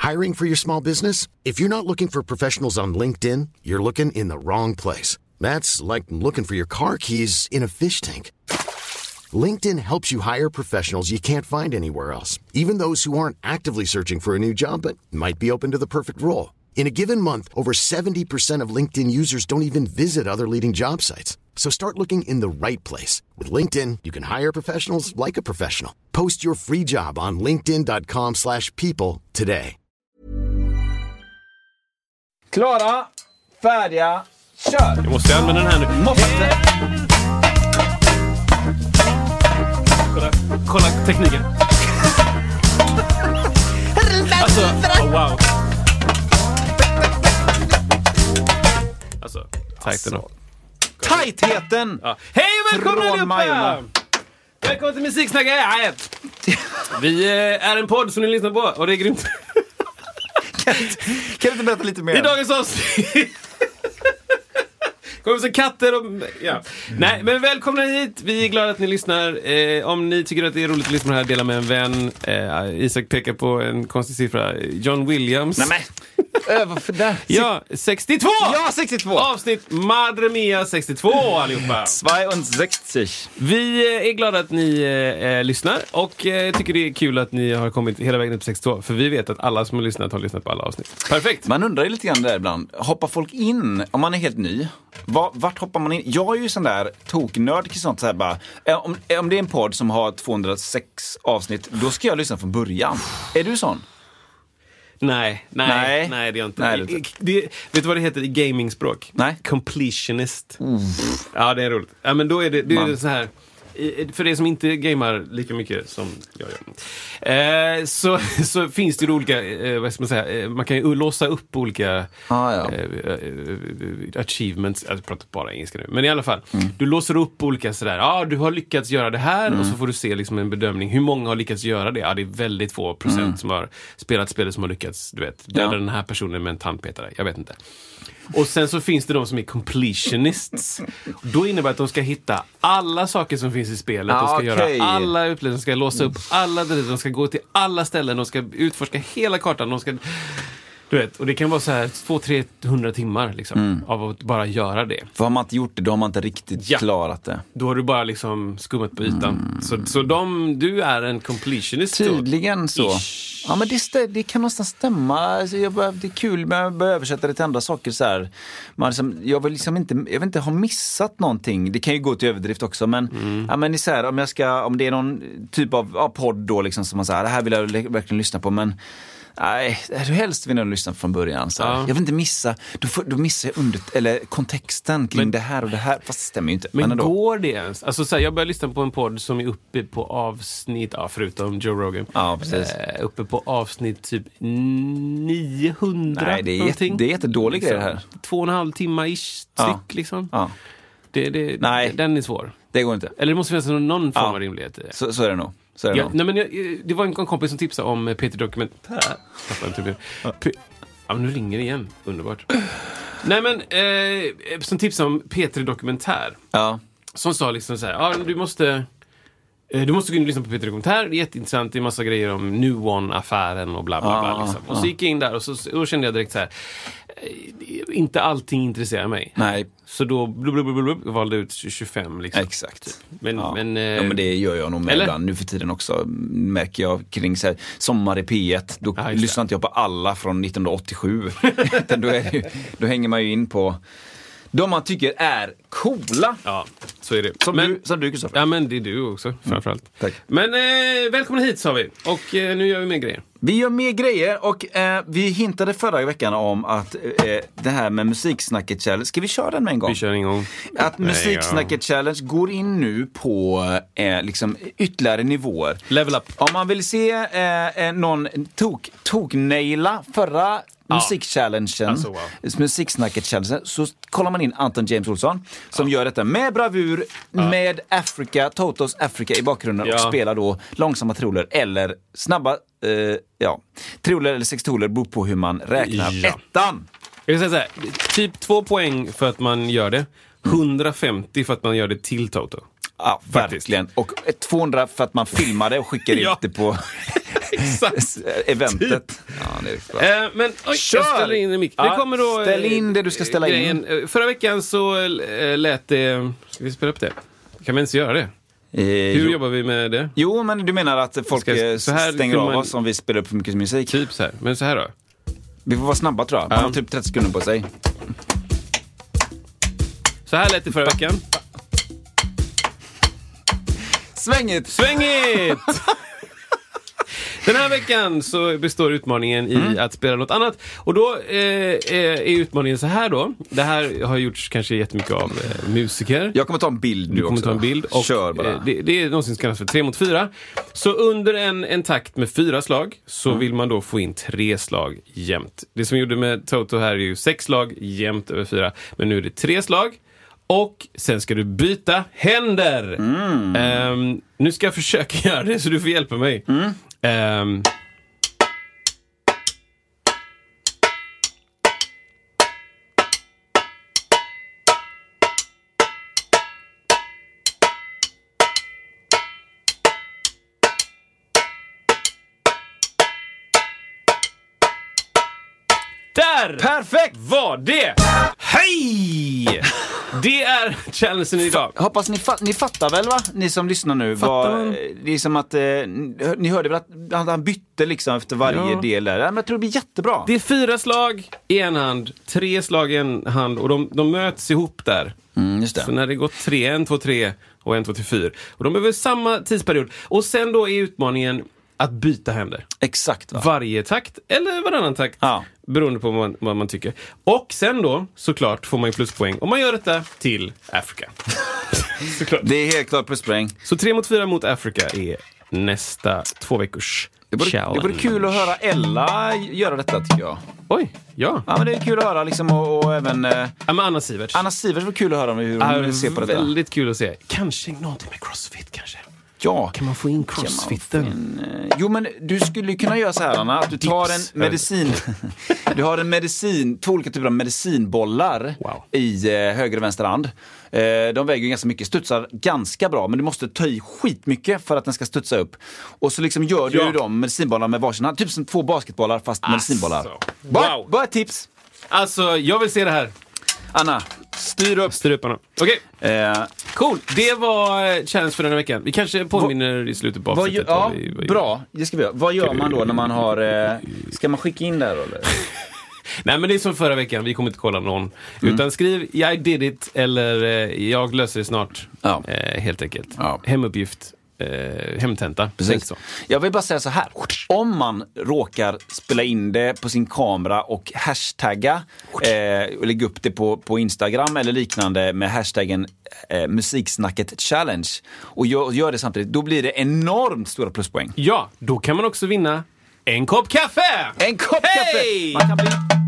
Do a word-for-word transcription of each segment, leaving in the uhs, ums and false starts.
Hiring for your small business? If you're not looking for professionals on LinkedIn, you're looking in the wrong place. That's like looking for your car keys in a fish tank. LinkedIn helps you hire professionals you can't find anywhere else, even those who aren't actively searching for a new job but might be open to the perfect role. In a given month, over seventy percent of LinkedIn users don't even visit other leading job sites. So start looking in the right place. With LinkedIn, you can hire professionals like a professional. Post your free job on linkedin dot com slash people today. Klara, färdiga, kör! Jag måste använda den här nu. Måste! Kolla, kolla tekniken. Alltså, oh, wow. Alltså, tajten då. Tajtheten! Ja. Hej och välkomna Från Majorna. Välkommen till Musiksnack. Vi är en podd som ni lyssnar på och det är grymt. Kan du inte berätta lite mer? I dagens avsnitt kommer så katter och... Ja. Nej, men välkomna hit. Vi är glada att ni lyssnar. Eh, om ni tycker att det är roligt att lyssna på det här, dela med en vän. Eh, Isak pekar på en konstig siffra. John Williams. Nej, men. Äh, varför det? Ja, sextiotvå! Ja, sextiotvå! Avsnitt Madre Mia sextiotvå allihopa. tvåhundrasextio. Vi är glada att ni eh, lyssnar och eh, tycker det är kul att ni har kommit hela vägen upp till sextiotvå. För vi vet att alla som har lyssnat har lyssnat på alla avsnitt. Perfekt! Man undrar ju lite grann där ibland. Hoppar folk in om man är helt ny? Var, vart hoppar man in? Jag är ju sån där toknörd till sånt så här bara. Om, om det är en podd som har tvåhundrasex avsnitt, då ska jag lyssna från början. Är du sån? Nej, nej, nej, nej, det är inte. Nej, det är inte. Det, vet du vad det heter i gamingspråk? Nej. Completionist. Mm. Ja, det är roligt. Ja, men då är det, det är så här. För det som inte gamar lika mycket som jag gör. Eh, så, så finns det ju olika, eh, vad ska man säga, man kan ju låsa upp olika ah, ja. eh, eh, achievements, jag pratar bara engelska nu, men i alla fall, mm. du låser upp olika sådär, ja ah, du har lyckats göra det här mm. och så får du se liksom en bedömning, hur många har lyckats göra det? Ja, det är väldigt få procent mm. som har spelat spelet som har lyckats, du vet, döda ja. den här personen med en tandpetare, jag vet inte. Och sen så finns det de som är completionists. Då innebär att de ska hitta alla saker som finns i spelet. De ska okay. göra alla upplevelser. De ska låsa upp alla. De ska gå till alla ställen. De ska utforska hela kartan. De ska... Du vet, och det kan vara så här två till trehundra timmar liksom, mm. av att bara göra det. För har man inte gjort det, då har man inte riktigt ja. klarat det. Då har du bara liksom skummat på ytan. Mm. Så, så de, du är en completionist. Tydligen så. Ish. Ja, men det, det kan någonstans stämma. Alltså, jag bör, det är kul med att börja översätta det till andra saker. Så här. Man liksom, jag, vill liksom inte, jag vill inte ha missat någonting. Det kan ju gå till överdrift också. Men, mm. ja, men så här, om, jag ska, om det är någon typ av ja, podd då, liksom, som man säger, det här vill jag verkligen lyssna på. Men nej, du helst vill jag lyssna från början. Så ja. Jag vill inte missa, då, får, då missar jag under, eller kontexten kring men, det här och det här. Fast det stämmer ju inte. Men, men går det ens? Alltså, så här, jag börjar lyssna på en podd som är uppe på avsnitt, ja, förutom Joe Rogan. Ja, precis. Eh, uppe på avsnitt typ niohundra. Nej, det är, jätte, det är jättedålig liksom, grej det här. Två och en halv timme ish styck ja. liksom. Ja. Det, det, Nej. Den är svår. Det går inte. Eller det måste finnas någon form ja. av rimlighet. Så, så är det nog. Så är det, ja, nej, men jag, det var en kompis som tipsade om Peter Dokumentär. Ja. P- ja, nu ringer det igen. Underbart. Nej, men eh, som tipsade om Peter Dokumentär. Ja. Som sa liksom så här, ja, du måste eh, du måste gå in och lyssna på Peter Dokumentär. Det är jätteintressant, det är massa grejer om New One-affären och bla bla bla. Ja, liksom. ja. Och så gick jag in där och så och kände jag direkt så här, eh, inte allting intresserar mig. Nej. Så då blub, blub, blub, blub, valde ut tjugofem liksom. Exakt. Men, ja. Men, eh, ja, men det gör jag nog med ibland nu för tiden också. Märker jag kring så här, Sommar i P ett. Då ja, lyssnar inte jag på alla från nittonhundraåttiosju. då, är det ju, då hänger man ju in på de man tycker är coola. Ja, så är det. Som men, du, som du Kristoffer. Ja, men det är du också, framförallt. Mm, tack. Men eh, välkommen hit, sa vi. Och eh, nu gör vi mer grejer. Vi gör mer grejer och eh, vi hintade förra veckan om att eh, det här med Musiksnacket Challenge, ska vi köra den med en gång? Vi kör en gång. Att Musiksnacket Challenge går in nu på eh, liksom ytterligare nivåer. Level up. Om man vill se eh, någon tok, tok-naila förra ja. Musikchallengen, alltså, wow. Musiksnacket Challenge, så kollar man in Anton James Olsson som ja. gör detta med bravur, ja. med Africa, Totos Africa i bakgrunden ja. och spelar då långsamma troller eller snabba Uh, ja, troller eller sextoler beror på hur man räknar ja. ettan. Jag ska säga så här, typ två poäng för att man gör det, hundrafemtio för att man gör det till Toto. Ja, verkligen. Och tvåhundra för att man filmade och skickade Ja. ut det på Exakt. eventet. Typ. Ja, det är bra. Eh, men oj, Kör! jag ställer in en mick. Ja, det kommer då, ställ eh, in det du ska ställa grejen. in. Eh, Förra veckan så eh, lät det... Ska vi spela upp det? Kan man inte göra det? Eh, Hur jo. jobbar vi med det? Jo, men du menar att folk Ska- eh, så här stänger kunde av man- oss om vi spelar upp för mycket musik? Typ så här. Men så här då. Vi får vara snabba, tror jag. Man Ja. har typ trettio sekunder på sig. Så här lät det förra veckan. Svängigt! Svängigt! Den här veckan så består utmaningen i Mm. att spela något annat. Och då eh, är utmaningen så här då. Det här har gjorts kanske jättemycket av eh, musiker. Jag kommer ta en bild nu Du kommer också. ta en bild. Och, Kör bara. eh, det, det är någonsin som kallas för tre mot fyra. Så under en, en takt med fyra slag så Mm. vill man då få in tre slag jämnt. Det som vi gjorde med Toto här är ju sex slag jämnt över fyra. Men nu är det tre slag. Och sen ska du byta händer. Mm. Ehm, nu ska jag försöka göra det så du får hjälpa mig. Mm. Ehm, Där Perfekt! var det! Hej! Det är challengen idag. Hoppas ni, fa- ni fattar väl, va? Ni som lyssnar nu. Fattar Vad, man? det är som att eh, ni- ni hörde väl att han, han bytte liksom efter varje Ja. del där. Ja, men jag tror det blir jättebra. Det är fyra slag i en hand, tre slag i en hand och de, de möts ihop där. Mm, just Så det. när det gått tre, en, två, tre och en, två, tre, fyra. Och de behöver samma tidsperiod. Och sen då är utmaningen att byta händer. Exakt, va? Varje takt eller varannan takt. Ja. Beroende på vad man, vad man tycker. Och sen då, såklart, får man ju pluspoäng om man gör detta till Afrika. Såklart. Det är helt klart pluspoäng. Så tre mot fyra mot Afrika är nästa två veckors Det vore, challenge. det vore kul att höra Ella göra detta, tycker jag. Oj, ja. Ja, men det är kul att höra liksom, och, och även eh, Ja, men Anna Siverts. Anna Sivers var kul att höra om hur hon Ja, ser på detta. väldigt kul att se. Kanske någonting med CrossFit kanske. Ja. Kan man få in Kan man få CrossFiten? in, eh, Jo, men du skulle kunna göra så här, Anna, att du tar en Dips. medicin. Du har en medicin, två olika typer av medicinbollar Wow. i eh, höger och vänster hand. Eh, de väger ju ganska mycket, studsar ganska bra, men du måste ta i skitmycket för att den ska studsa upp. Och så liksom gör du Ja. de medicinbollarna med varsin hand, typ som två basketbollar fast medicinbollar. Bara, Wow. bara ett tips. Alltså, jag vill se det här. Anna, styr upp. Styr upp honom. Okej, Eh, cool. Det var eh, challenge för den här veckan. Vi kanske påminner i slutet på vad gör, avsnittet. ja, vad vi- vad vi- bra. Det ska vi göra. Vad gör man då när man har... Eh, ska man skicka in där, eller? Nej, men det är som förra veckan. Vi kommer inte kolla någon. Mm. Utan skriv I did it eller eh, jag löser det snart. Ja. Eh, helt enkelt. Ja. Hemuppgift. Eh, hemtenta. Tänk Precis. så. Jag vill bara säga så här. Om man råkar spela in det på sin kamera och hashtagga eh, och lägga upp det på, på Instagram eller liknande med hashtaggen eh, musiksnacket challenge och gör, gör det samtidigt, då blir det enormt stora pluspoäng. Ja, då kan man också vinna en kopp kaffe! En kopp Hej! kaffe! Man kan bli,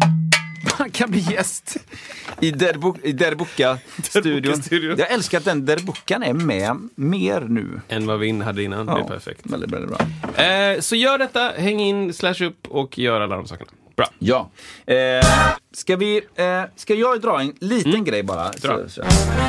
man kan bli gäst i Derbo- i Derboka-studion. Derboka-studion. Jag älskar att den Derbokan är med mer nu. Än vad vi in hade innan. Det är perfekt. Väldigt, väldigt bra. Eh, så gör detta, häng in, slash upp och gör alla de sakerna. Bra. Ja. Eh, ska vi... Eh, ska jag dra en liten grej bara? Dra. Så, så.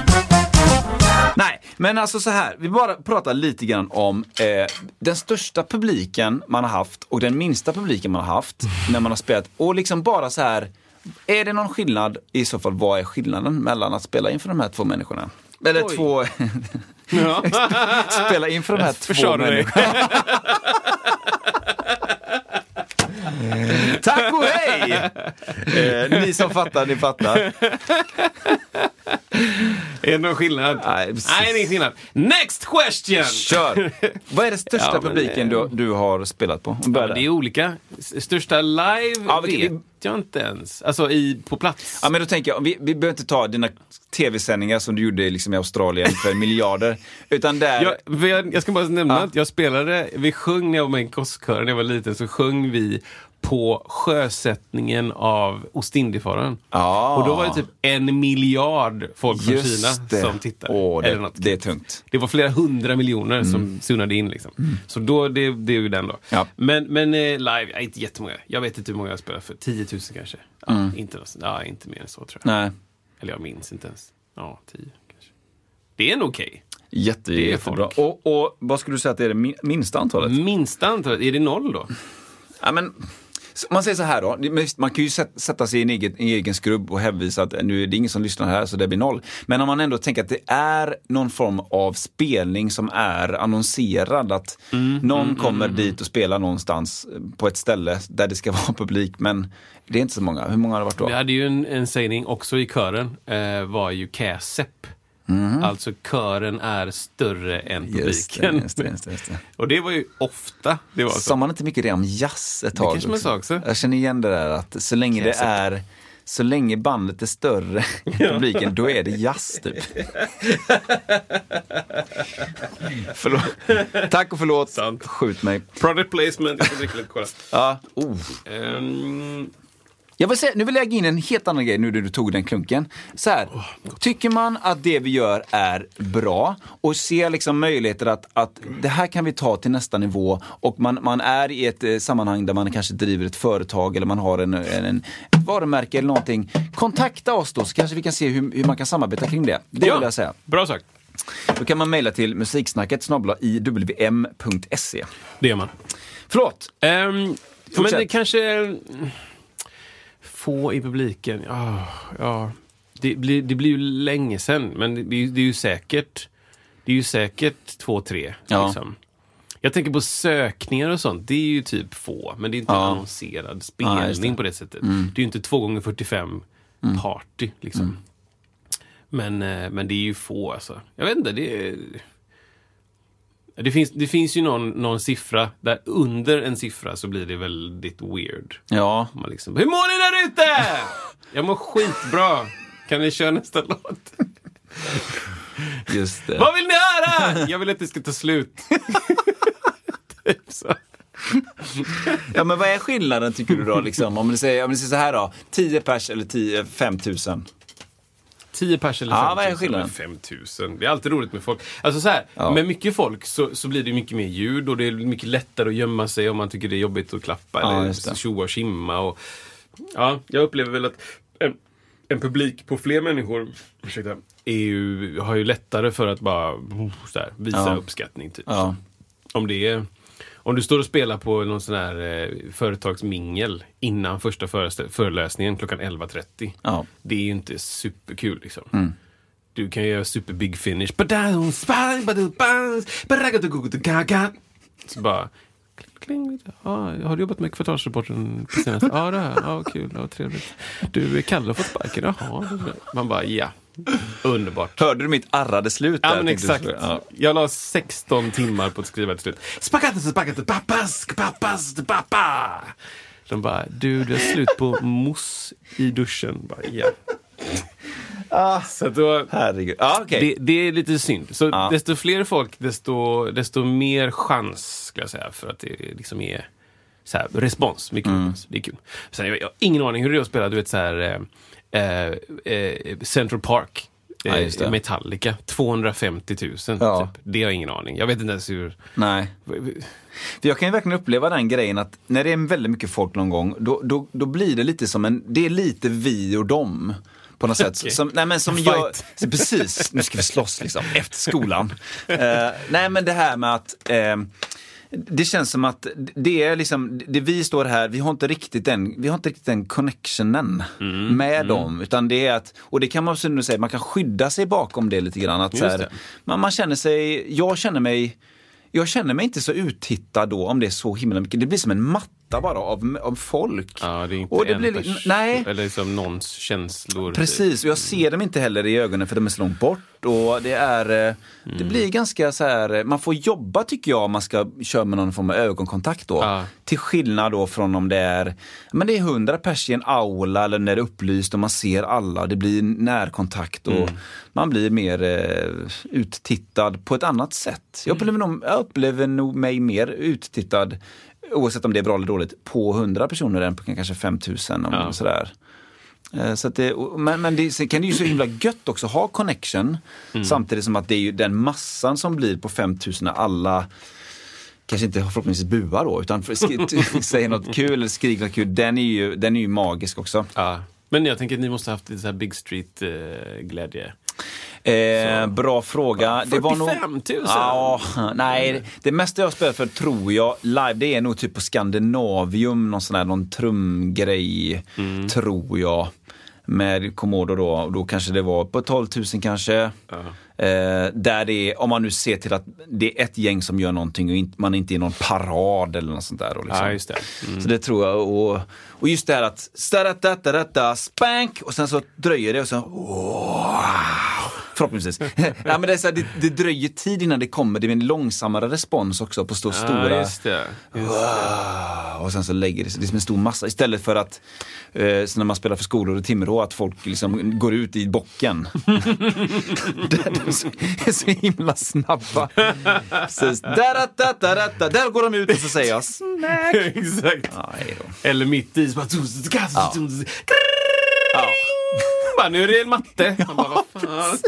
Nej, men alltså så här. Vi bara pratar lite grann om eh, den största publiken man har haft och den minsta publiken man har haft när man har spelat. Och liksom bara så här. Är det någon skillnad? I så fall, vad är skillnaden mellan att spela inför de här två människorna? Eller Oj. två... Ja. spela inför de här två Försvar du dig? människorna. Tack och hej! Eh, ni som fattar, ni fattar. Är det någon skillnad? Nej, precis. Nej, det är ingen skillnad. Next question! Kör! Vad är det största Ja, men, publiken du, du har spelat på? Ja, men det är olika. S- Största live Ja, vi- vet vi- jag inte ens. Alltså i, på plats. Ja, men då tänker jag, vi, vi behöver inte ta dina tv-sändningar som du gjorde liksom i Australien för miljarder. Utan där... Jag, för jag, jag ska bara nämna Ja. att jag spelade, vi sjöng när jag var med i en kostkör när jag var liten, så sjöng vi på sjösättningen av Ostindiefararen. Ja. Och då var det typ en miljard folk från Just Kina det. som tittade. Åh, det, Eller något. det är tungt. Det var flera hundra miljoner som sunnade in liksom. Så då, det, det är ju den då. Ja. Men, men eh, live, ja, inte jättemånga. Jag vet inte hur många jag spelar för. tio tusen kanske. Ja, inte, ja, inte mer än så tror jag. Nej. Eller jag minns inte ens. Ja, tio kanske. Det är nog okej. Jätte, det är jättebra. Och, och vad skulle du säga att det är det minsta antalet? Minsta antalet? Är det noll då? Ja, men man säger så här då, man kan ju sätta sig i en egen, en egen skrubb och hänvisa att nu är det ingen som lyssnar här så det blir noll. Men om man ändå tänker att det är någon form av spelning som är annonserad, att mm, någon mm, kommer mm, dit och spelar någonstans på ett ställe där det ska vara publik, men det är inte så många. Hur många har det varit då? Vi hade ju en, en sägning också i kören, eh, var ju Käsep. Mm. Alltså kören är större än publiken. Just det, just det, just det, just det. Och det var ju ofta det var så. Sa man inte mycket det om jazz ett tag? Det kanske man sa också. Jag känner igen det där att så länge det är så länge bandet är större än publiken, då är det jazz typ. Förlåt. Tack och förlåt. Sant. Skjut mig. Product placement. Jag får dricka lite kolla. Ja. Oh. Um... Jag vill säga, nu vill jag lägga in en helt annan grej nu när du tog den klunken. Så här, oh, tycker man att det vi gör är bra och ser liksom möjligheter att, att det här kan vi ta till nästa nivå, och man, man är i ett eh, sammanhang där man kanske driver ett företag eller man har en, en, en ett varumärke eller någonting, kontakta oss då så kanske vi kan se hur, hur man kan samarbeta kring det. Det ja, vill jag säga. Bra sagt. Då kan man mejla till musiksnacket snabel-a i w m punkt se. Det gör man. Förlåt. Um, men det kanske... Få i publiken, ja, ja. Det, blir, det blir ju länge sedan, men det, det är ju säkert det är ju säkert två, tre. Ja. Liksom. Jag tänker på sökningar och sånt, det är ju typ få, men det är inte ja. annonserad spelning ja, det. På det sättet. Mm. Det är ju inte två gånger fyrtiofem mm. party, liksom. Mm. Men, men det är ju få, alltså. Jag vet inte, det är... Det finns, det finns ju någon, någon siffra där under en siffra så blir det väldigt weird. Ja. Man liksom, hur mår ni där ute? Jag mår skitbra. Kan ni köra nästa låt? Just det. Vad vill ni höra? Jag vill att det ska ta slut. Typ så. Ja, men vad är skillnaden tycker du då? Liksom? Om du säger, om du säger så här då. tio pers eller tio, fem tusen? tio pers eller ja, fem tusen. fem tusen. Det är alltid roligt med folk. Alltså så här, ja. Med mycket folk så, så blir det mycket mer ljud och det är mycket lättare att gömma sig om man tycker det är jobbigt att klappa ja, eller tjoa och skimma. Och, ja, jag upplever väl att en, en publik på fler människor ursäkta, är ju, har ju lättare för att bara så här, visa ja. uppskattning. Typ. Ja. Om det är... Om du står och spelar på någon sån här eh, företagsmingel innan första förestä- föreläsningen klockan elva trettio. Ja. Det är ju inte superkul liksom. Mm. Du kan göra super big finish. Så bara... Kling, ja, har du jobbat med kvartalsrapporten på senaste? Ja, det här. Ja, kul. Ja, trevligt. Du, Kalle har fått sparken. Jaha. Man bara, ja. Underbart. Hörde du mitt arrade slut där? Ja, men exakt. Ja. Jag la sexton timmar på att skriva ett slut. Spaghetti, spaghetti, pappas, pappas, pappa. De bara, du, det är slut på mousse i duschen. Bara, ja. Ah, så då, herregud. Ah, okay. det, det är lite synd. Så ah. desto fler folk, desto, desto mer chans, skulle jag säga, för att det liksom är så här, respons. Mycket mm. respons. Det är kul. Sen, jag, jag har ingen aning hur det är att spela, du vet, så här... Eh, eh, Central Park eh, ja, Metallica tvåhundrafemtio tusen ja. typ. Det har jag ingen aning. Jag vet inte ens hur. Nej. För jag kan ju verkligen uppleva den grejen att när det är väldigt mycket folk någon gång då, då, då blir det lite som en, det är lite vi och dem på något sätt. Okay. Som, nej men som jag, precis, nu ska vi slåss liksom efter skolan. uh, nej men det här med att uh, det känns som att det är liksom, det vi står här, vi har inte riktigt den, vi har inte riktigt den connectionen mm, med mm. dem, utan det är att, och det kan man också säga, man kan skydda sig bakom det lite grann, att så här, man, man känner sig, jag känner mig jag känner mig inte så uttittad då om det är så himla mycket, det blir som en matta bara av, av folk. Ja, det är inte och det en blir, pers- nej. Eller liksom någons känslor. Precis, och jag ser dem inte heller i ögonen för de är så långt bort. Och det är mm. det blir ganska så här, man får jobba tycker jag om man ska köra med någon form av ögonkontakt då. Ja. Till skillnad då från om det är, men det är hundra pers i en aula eller när det är upplyst och man ser alla, det blir närkontakt och mm. man blir mer eh, uttittad på ett annat sätt. Jag upplever, nog, jag upplever nog mig mer uttittad, oavsett om det är bra eller dåligt, på hundra personer än på kanske fem tusen om ja. sådär. Så att det, men men det, sen kan det ju så himla gött också ha connection mm. samtidigt som att det är ju den massan som blir på fem tusen när alla kanske inte förhoppningsvis buar då utan sk- säger något kul eller skriker något kul, den är ju, den är ju magisk också. Ja. Men jag tänker att ni måste ha haft lite så här Big Street-glädje. Eh, bra fråga. Det var nog fyrtiofem tusen? Ja, nej, det mesta jag spelar för tror jag live, det är nog typ på Skandinavium, någon sån här någon trumgrej mm. tror jag. Med Komodo då, då kanske det var på tolv tusen kanske. Ja. Eh, där det är, om man nu ser till att det är ett gäng som gör någonting och in, man inte är i någon parad eller något sånt där då, liksom. Ja, just det. Mm. Så det tror jag, och, och just det här att staratatata, spank, och sen så dröjer det och så wow, förhoppningsvis. Ja, men det, är så här, det, det dröjer tid innan det kommer, det är en långsammare respons också på stå, stora ja, just det. Just det. Wow, och sen så lägger det sig, det är som en stor massa istället för att eh, så när man spelar för skolor i Timrå att folk liksom går ut i bocken. det, det är, så, det är så himla snabba. Precis. Där, där, där, där, där går de ut och så säger jag snack. Exakt. Ja, eller mitt i bara, ja. Ja. Bara, nu är det en matte. Man bara, vad fan?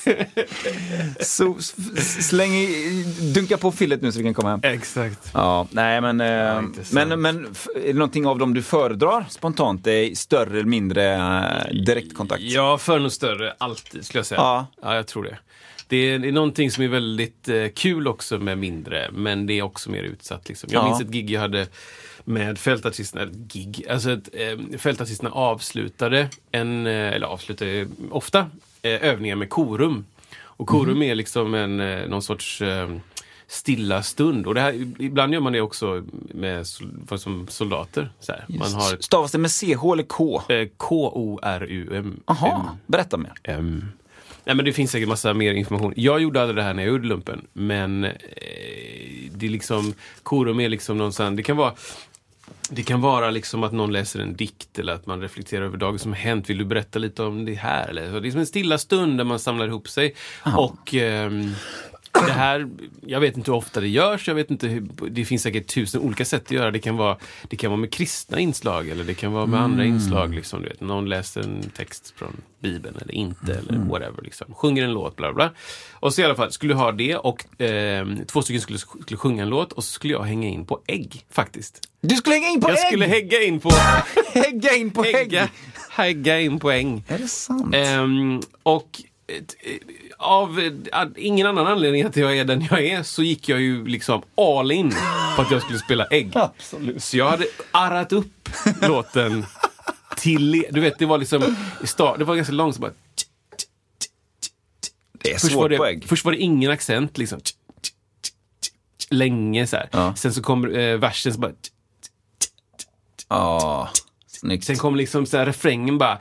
Så släng i, dunka på fillet nu så vi kan komma hem. Exakt. Ja, nej men ja, men men är det någonting av dem du föredrar spontant? Det är större eller mindre direktkontakt? Ja, för nog större alltid skulle jag säga. Ja, ja jag tror det. Det är, det är någonting som är väldigt eh, kul också med mindre, men det är också mer utsatt liksom. Jag ja. minns ett gig jag hade med fältartisterna, eller gig, alltså ett, eh, fältartisterna avslutade en, eh, eller avslutade ofta eh, övningar med korum. Och korum mm. är liksom en, eh, någon sorts eh, stilla stund. Och det här, ibland gör man det också med sol, som soldater. Så här. Man har ett, stavas det med C H eller K? Eh, K O R U M. Aha, berätta mer. M. Nej, men det finns säkert massa mer information. Jag gjorde aldrig det här när jag gjorde lumpen. Men eh, det är liksom, korum är liksom någonstans, det kan vara Det kan vara liksom att någon läser en dikt eller att man reflekterar över dagen som hänt. Vill du berätta lite om det här? Eller? Så det är som en stilla stund där man samlar ihop sig. Aha. Och eh, det här, jag vet inte hur ofta det görs. Jag vet inte hur, det finns säkert tusen olika sätt att göra. Det kan vara, det kan vara med kristna inslag eller det kan vara med mm. andra inslag. Liksom, du vet. Någon läser en text från Bibeln eller inte eller mm. whatever. Liksom. Sjunger en låt, bla bla. Och så i alla fall skulle du ha det och eh, två stycken skulle, skulle sjunga en låt och så skulle jag hänga in på ägg faktiskt. Du skulle hänga in på jag ägg? Jag skulle hägga in på hägga in på ägg. Hägga in på ägg. Är det sant? Um, och av ingen annan anledning att jag är den jag är så gick jag ju liksom all in på att jag skulle spela ägg. Absolut. Så jag hade arrat upp låten till, du vet, det var liksom det var ganska långt så bara det är först svårt var det, på ägg. Först var det ingen accent liksom länge så här. Ja. Sen så kom eh, versen så bara ja, snyggt. Sen kom liksom så här refrängen bara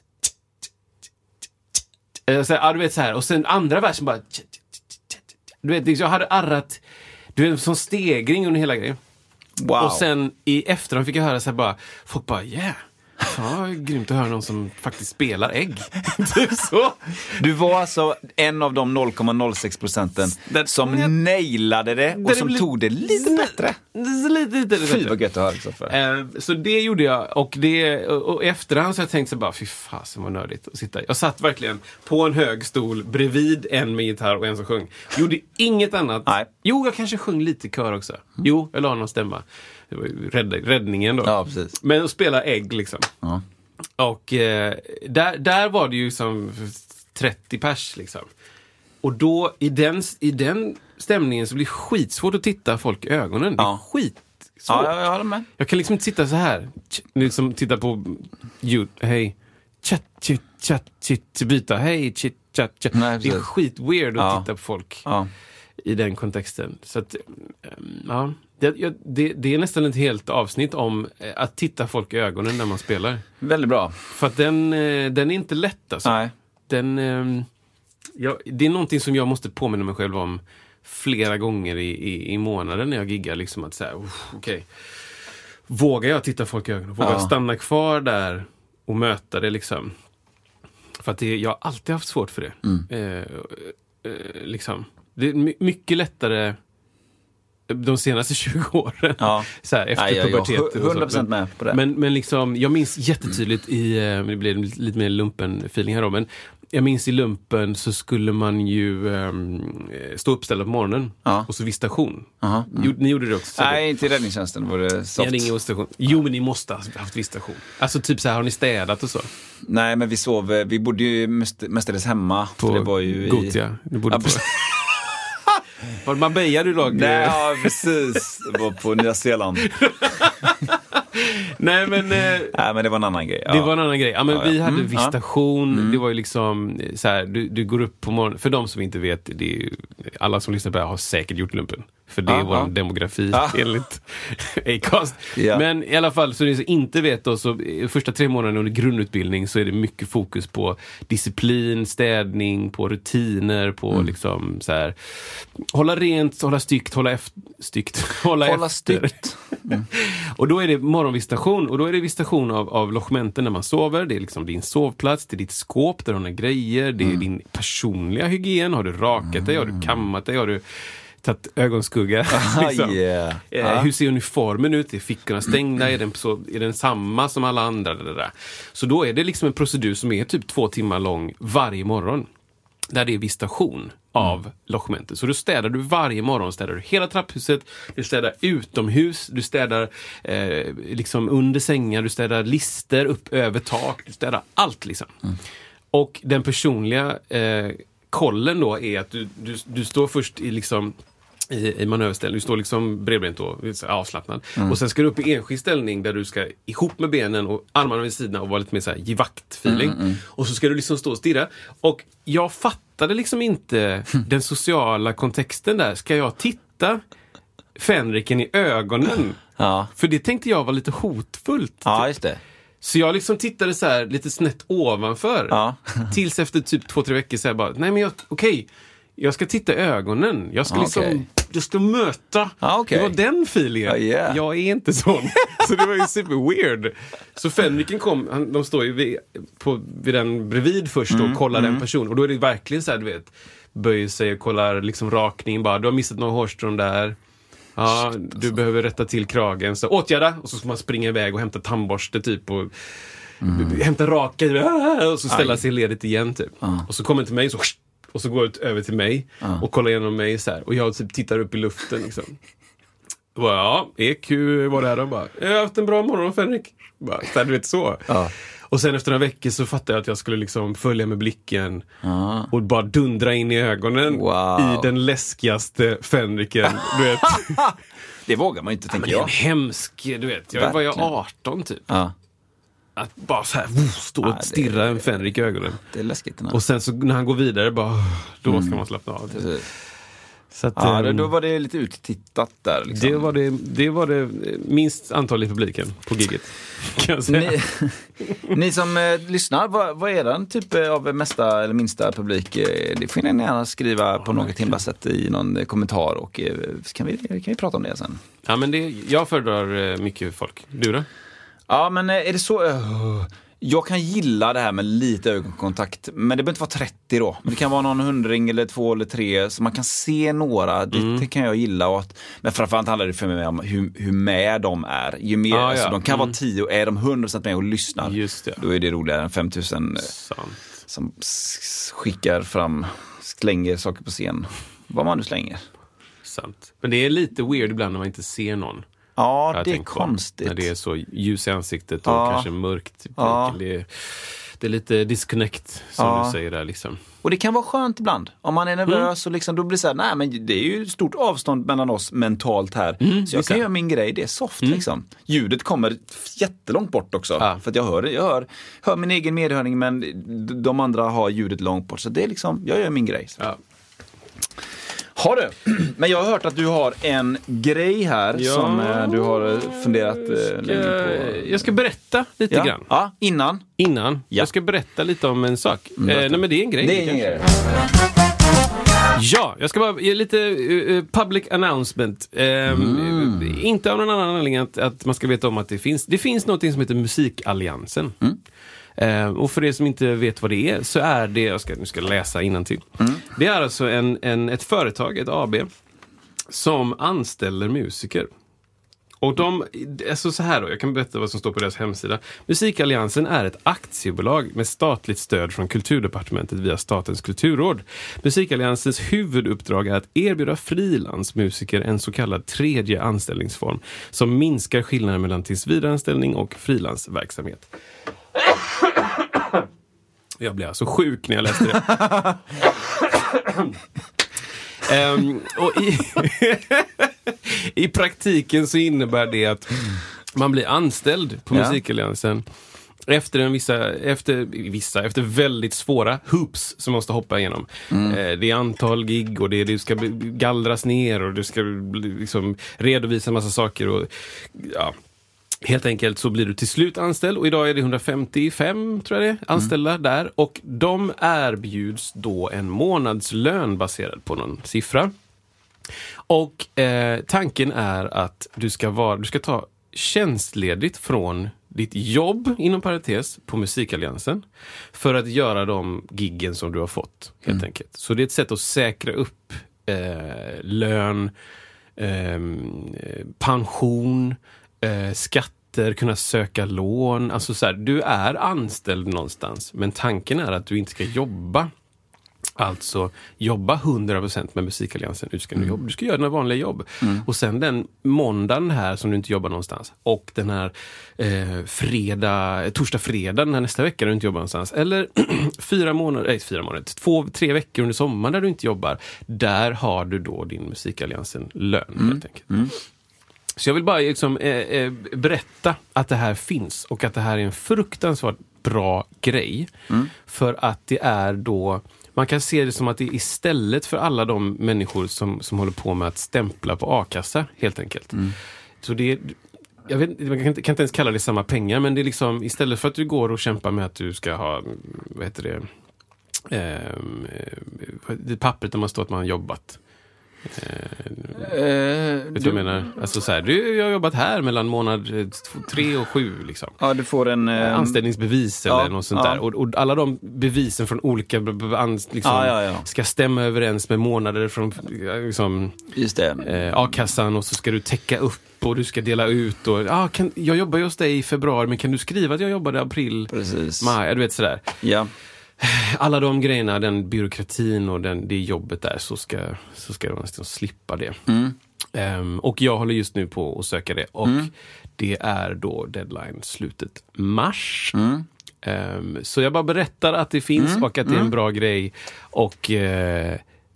så här, ja, du vet så här och sen andra versen bara du vet jag hade arrat du vet som stegring under hela grejen. Wow. Och sen i efterhand fick jag höra så här bara folk bara yeah. Ja, grymt att höra någon som faktiskt spelar ägg. Typ så. Du var alltså en av de noll komma noll sex procenten som jag, nailade det och som det tog det lite bättre. Lite, lite, lite fy vad gött att höra liksom för. Eh, så det gjorde jag och, det, och, och efterhand så jag tänkte så bara fy fasen vad nördigt att sitta. Jag satt verkligen på en hög stol bredvid en med gitarr och en som sjöng. Gjorde inget annat. Nej. Jo, jag kanske sjöng lite kör också. Mm. Jo, jag la någon stämma. Det var ju rädd, räddningen då. Ja, precis. Men att spela ägg liksom. Ja. Och eh, där, där var det ju som trettio pers liksom. Och då i den, i den stämningen så blir det skitsvårt att titta folk i ögonen. Ja. Det är skitsvårt. Ja, jag håller med. Jag kan liksom inte sitta så här. Liksom titta på ljud. Hej. Chat, chit, chat, chit, byta. Hej, chit, chat, chat. Nej, det är skit weird att ja. titta på folk ja. i den kontexten. Så att, ja. Det, det, det är nästan ett helt avsnitt om att titta folk i ögonen när man spelar. Väldigt bra. För att den, den är inte lätt alltså. Nej. Den, ja, det är någonting som jag måste påminna mig själv om flera gånger i, i, i månaden när jag giggar. Liksom att säga, okej. Okay. Vågar jag titta folk i ögonen? Vågar ja. jag stanna kvar där och möta det liksom? För att det, jag har alltid haft svårt för det. Mm. Eh, eh, liksom. Det är mycket lättare de senaste tjugo åren. Ja. Så här, efter ja, puberteten. hundra procent med på det. Men, men liksom, jag minns jättetydligt i, det blir lite mer lumpen feeling här då, men jag minns i lumpen så skulle man ju um, stå uppställd på morgonen ja. och så vid station. Uh-huh. Mm. Ni gjorde det också? Nej, inte i räddningstjänsten var det soft. Ni ingen station. Jo, men ni måste ha haft vid station. Alltså typ så här, har ni städat och så? Nej, men vi sov, vi bodde ju mest, mestadels hemma. På det var ju Gotia. Ni bodde ja, på... Var det Marbella du lag? Nej, ja, precis. Det var på Nya Zeeland. Nej, men... Eh, Nej, men det var en annan grej. Ja. Det var en annan grej. Ja, men ja, ja. vi hade mm, visitation. Ja. Mm. Det var ju liksom så här, du, du går upp på morgonen. För de som inte vet, det är ju, alla som lyssnar på det här har säkert gjort lumpen. För det är vår ja. demografi ja. enligt Acast. Ja. Men i alla fall, så ni som inte vet då, så första tre månaderna under grundutbildning så är det mycket fokus på disciplin, städning, på rutiner, på mm. liksom så här, hålla rent, hålla styggt, hålla efter, styggt, hålla, hålla efter. Styggt. Mm. Och då är det morgonvisitation, och då är det visitation av, av logementen när man sover. Det är liksom din sovplats, det är ditt skåp där du har grejer, det är mm. din personliga hygien. Har du rakat mm. dig, har du kammat dig, har du tagit ögonskugga. Ah, liksom. yeah. eh, ah. Hur ser uniformen ut? Är fickorna stängda? Är den, så, är den samma som alla andra? Det där. Så då är det liksom en procedur som är typ två timmar lång varje morgon. Där det är visitation av mm. logementet. Så då städar du varje morgon, städar du hela trapphuset, du städar utomhus, du städar eh, liksom under sängar, du städar lister upp över tak, du städar allt liksom. Mm. Och den personliga eh, kollen då är att du, du, du står först i liksom i, i manöverställning. Du står liksom bredbent då, avslappnad. Mm. Och sen ska du upp i enskild ställning där du ska ihop med benen och armarna vid sidan och vara lite mer så här givakt-feeling. Mm, mm. Och så ska du liksom stå och stirra. Och jag fattade liksom inte den sociala kontexten där. Ska jag titta Fänriken i ögonen? Ja. För det tänkte jag var lite hotfullt. Ja, just det. Så jag liksom tittade så här lite snett ovanför. Ja. Tills efter typ två, tre veckor så jag bara, nej men jag, okej. Okay. Jag ska titta i ögonen. Jag ska ah, liksom okay. jag ska möta. Ah, okay. Det var den feelingen. Ah, yeah. Jag är inte sån. Så det var ju super weird. Så Fänriken kom, han, de står ju vid, på, vid den bredvid först mm, och kollar mm. den personen. Och då är det verkligen så här, du vet, böjer sig och kollar liksom rakningen. Bara, du har missat några hårstrån där. Ja, du behöver rätta till kragen. Så åtgärda. Och så ska man springa iväg och hämta tandborste typ och mm. hämta raka och så ställa Aj. sig ledigt igen typ. Ah. Och så kommer till mig så och så går det över till mig ah. och kollar igenom mig så här. Och jag typ tittar upp i luften liksom. Och bara, ja, E Q var det här. Och bara, jag har haft en bra morgon, Fänrik. Bara, så här, du vet så. Ah. Och sen efter några veckor så fattade jag att jag skulle liksom följa med blicken ah. och bara dundra in i ögonen wow. i den läskigaste Fänriken, du vet. Det vågar man inte, tänker jag. jag. Det är en hemsk, du vet. Jag var jag arton typ. Ah. Att bara så här woof, stå och ah, stirra är, en Fänrik i ögonen. Det är läskigt. Och sen så när han går vidare bara, då mm. ska man slappna av. Typ. Så att, ja, um, då var det lite uttittat där. Liksom. Det, var det, det var det minst antal i publiken på giget. Kan jag säga. Ni, ni som eh, lyssnar, vad, vad är den typ av mesta eller minsta publik? Det får ni gärna skriva ja, på något himla sätt i någon kommentar och eh, kan, vi, kan vi prata om det sen. Ja, men det, jag föredrar eh, mycket folk. Du då? Ja, men är det så... Uh, jag kan gilla det här med lite ögonkontakt. Men det behöver inte vara trettio då. Men det kan vara någon hundring eller två eller tre. Så man kan se några. Det, mm. det kan jag gilla. Och att, men framförallt handlar det för mig om hur, hur med de är. Ju mer, ah, alltså, ja. De kan mm. vara tio. Är de hundra procent med och lyssnar. Just det. Då är det roligare än femtusen som skickar fram, slänger saker på scen. Vad man nu slänger. Sant. Men det är lite weird ibland när man inte ser någon. Ja, det är konstigt. När det är så ljus i ansiktet och ja. kanske mörkt. Ja. Det, är, det är lite disconnect som ja. du säger där liksom. Och det kan vara skönt ibland. Om man är nervös mm. och liksom, då blir det så här, nej men det är ju stort avstånd mellan oss mentalt här. Mm, så jag kan göra min grej, det är soft mm. liksom. Ljudet kommer jättelångt bort också. Ja. För att jag hör, jag hör, hör min egen medhörning, men de andra har ljudet långt bort. Så det är liksom, jag gör min grej. Ja. Har du? Men jag har hört att du har en grej här ja, som eh, du har funderat eh, länge på. Jag ska berätta lite ja. grann. Ja, innan. Innan. Ja. Jag ska berätta lite om en sak. Mm, eh, nej, men det är en grej. Det är en grej. Ja, jag ska bara ge lite uh, public announcement. Um, mm. Inte av någon annan anledning att, att man ska veta om att det finns. Det finns något som heter Musikalliansen. Mm. Uh, och för er som inte vet vad det är så är det, jag ska, nu ska jag läsa innantill. Mm. Det är alltså en, en, ett företag, ett A B, som anställer musiker. Och de, alltså så här då, jag kan berätta vad som står på deras hemsida. Musikalliansen är ett aktiebolag med statligt stöd från Kulturdepartementet via Statens kulturråd. Musikalliansens huvuduppdrag är att erbjuda frilansmusiker en så kallad tredje anställningsform som minskar skillnaden mellan tillsvidareanställning och frilansverksamhet. Jag blev alltså sjuk när jag läste det. Um, och i, i praktiken så innebär det att man blir anställd på ja. Musikalliansen efter en vissa, efter vissa, efter väldigt svåra hoops som måste hoppa igenom. Mm. Eh, det är antal gig och det, det ska gallras ner och du ska liksom redovisa en massa saker och ja. Helt enkelt så blir du till slut anställd och idag är det hundrafemtiofem tror jag det är, anställda mm. där och de erbjuds då en månadslön baserad på någon siffra. Och eh, tanken är att du ska, vara, du ska ta tjänstledigt från ditt jobb inom parentes på Musikalliansen för att göra de giggen som du har fått helt mm. enkelt. Så det är ett sätt att säkra upp eh, lön, eh, pension, Eh, skatter, kunna söka lån. Alltså så här, du är anställd någonstans. Men tanken är att du inte ska jobba. Alltså jobba hundra procent med Musikalliansen. Du ska, mm. jobba, du ska göra dina vanliga jobb. Mm. Och sen den måndagen här som du inte jobbar någonstans. Och den här eh, fredag, torsdag, fredag den här nästa vecka du inte jobbar någonstans. Eller fyra månader, nej fyra månader, två, tre veckor under sommaren där du inte jobbar. Där har du då din Musikalliansen-lön mm. helt enkelt. Mm. Så jag vill bara liksom, eh, eh, berätta att det här finns och att det här är en fruktansvärt bra grej. Mm. För att det är då, man kan se det som att det är istället för alla de människor som, som håller på med att stämpla på a-kassa helt enkelt. Mm. Så det är, jag vet, man kan inte, kan inte ens kalla det samma pengar, men det är liksom istället för att du går och kämpar med att du ska ha, vad heter det, eh, det pappret där man står att man har jobbat. Eh, uh, vet du vad jag menar? Alltså så här, du, jag har jobbat här mellan månad tre och sju liksom. Ja, du får en uh, anställningsbevis eller ja, något sånt ja. där. Och, och alla de bevisen från olika liksom, ja, ja, ja. ska stämma överens med månader från liksom, just det. Eh, a-kassan och så ska du täcka upp och du ska dela ut och ah, kan, jag jobbar just dig i februari men kan du skriva att jag jobbade i april? Precis. Maj, du vet sådär. Ja. Alla de grejerna, den byråkratin och den, det jobbet där så ska, så ska de nästan slippa det. Mm. Um, och jag håller just nu på att söka det. Och mm. det är då deadline slutet mars. Mm. Um, så jag bara berättar att det finns mm. och att det är en bra grej. Och uh,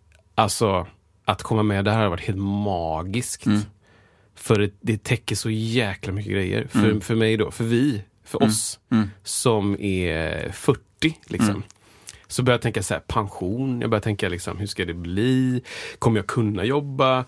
alltså att komma med det här har varit helt magiskt. Mm. För det, det täcker så jäkla mycket grejer. För, mm. för mig då, för vi, för mm. oss mm. som är fyrtio liksom. Mm. Så börjar jag tänka så här, pension, jag börjar tänka liksom, hur ska det bli? Kommer jag kunna jobba?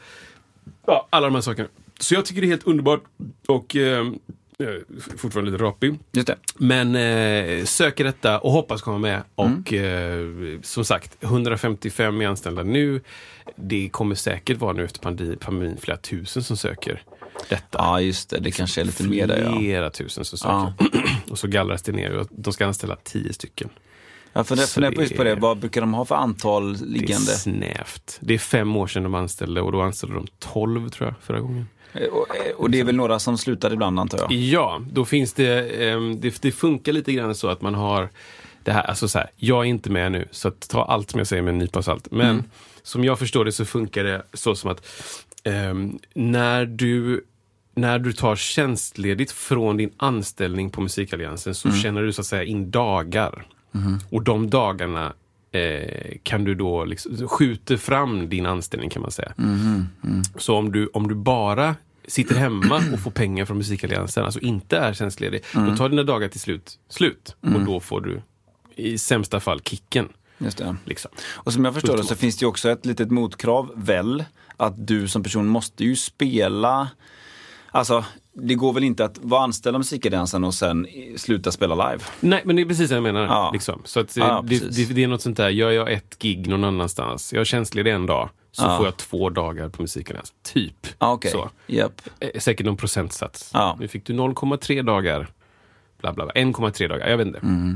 Ja, alla de här sakerna. Så jag tycker det är helt underbart och eh, fortfarande lite rapig. Just det. Men eh, söker detta och hoppas komma med. Och mm. eh, som sagt, hundrafemtiofem är anställda nu. Det kommer säkert vara nu efter pandemin, pandemin flera tusen som söker detta. Ja, just det. Det kanske är lite mer där, ja. Flera tusen som söker. Ja. Och så gallras det ner och de ska anställa tio stycken. Ja, för det, för det är just på det. Vad brukar de ha för antal liggande? Det är snävt. Det är fem år sedan de anställde och då anställde de tolv tror jag förra gången. Och, och det är väl några som slutar ibland antar jag? Ja, då finns det, det, det funkar lite grann så att man har det här, alltså så här, jag är inte med nu så att ta allt som jag säger med en nypa salt. Men mm. som jag förstår det så funkar det så som att um, när du när du tar tjänstledigt från din anställning på Musikalliansen så mm. känner du så att säga in dagar. Mm. Och de dagarna eh, kan du då liksom skjuta fram din anställning kan man säga. Mm. Mm. Så om du, om du bara sitter hemma och får pengar från Musikalliansen, alltså inte är tjänstledig, mm. då tar dina dagar till slut slut. Mm. Och då får du i sämsta fall kicken. Just det. Liksom. Och som jag förstår det så finns det ju också ett litet motkrav väl att du som person måste ju spela. Alltså, det går väl inte att vara anställd av Musikalliansen och sen sluta spela live? Nej, men det är precis det jag menar. Ja. Liksom. Så att ja, det, det, det är något sånt där, gör jag ett gig någon annanstans, jag är känslig en dag, så ja. får jag två dagar på Musikalliansen. Typ. Ah, okay. Så. Yep. Säkert någon procentsats. Ja. Nu fick du noll komma tre dagar. Bla bla bla. en komma tre dagar, jag vet inte. Mm.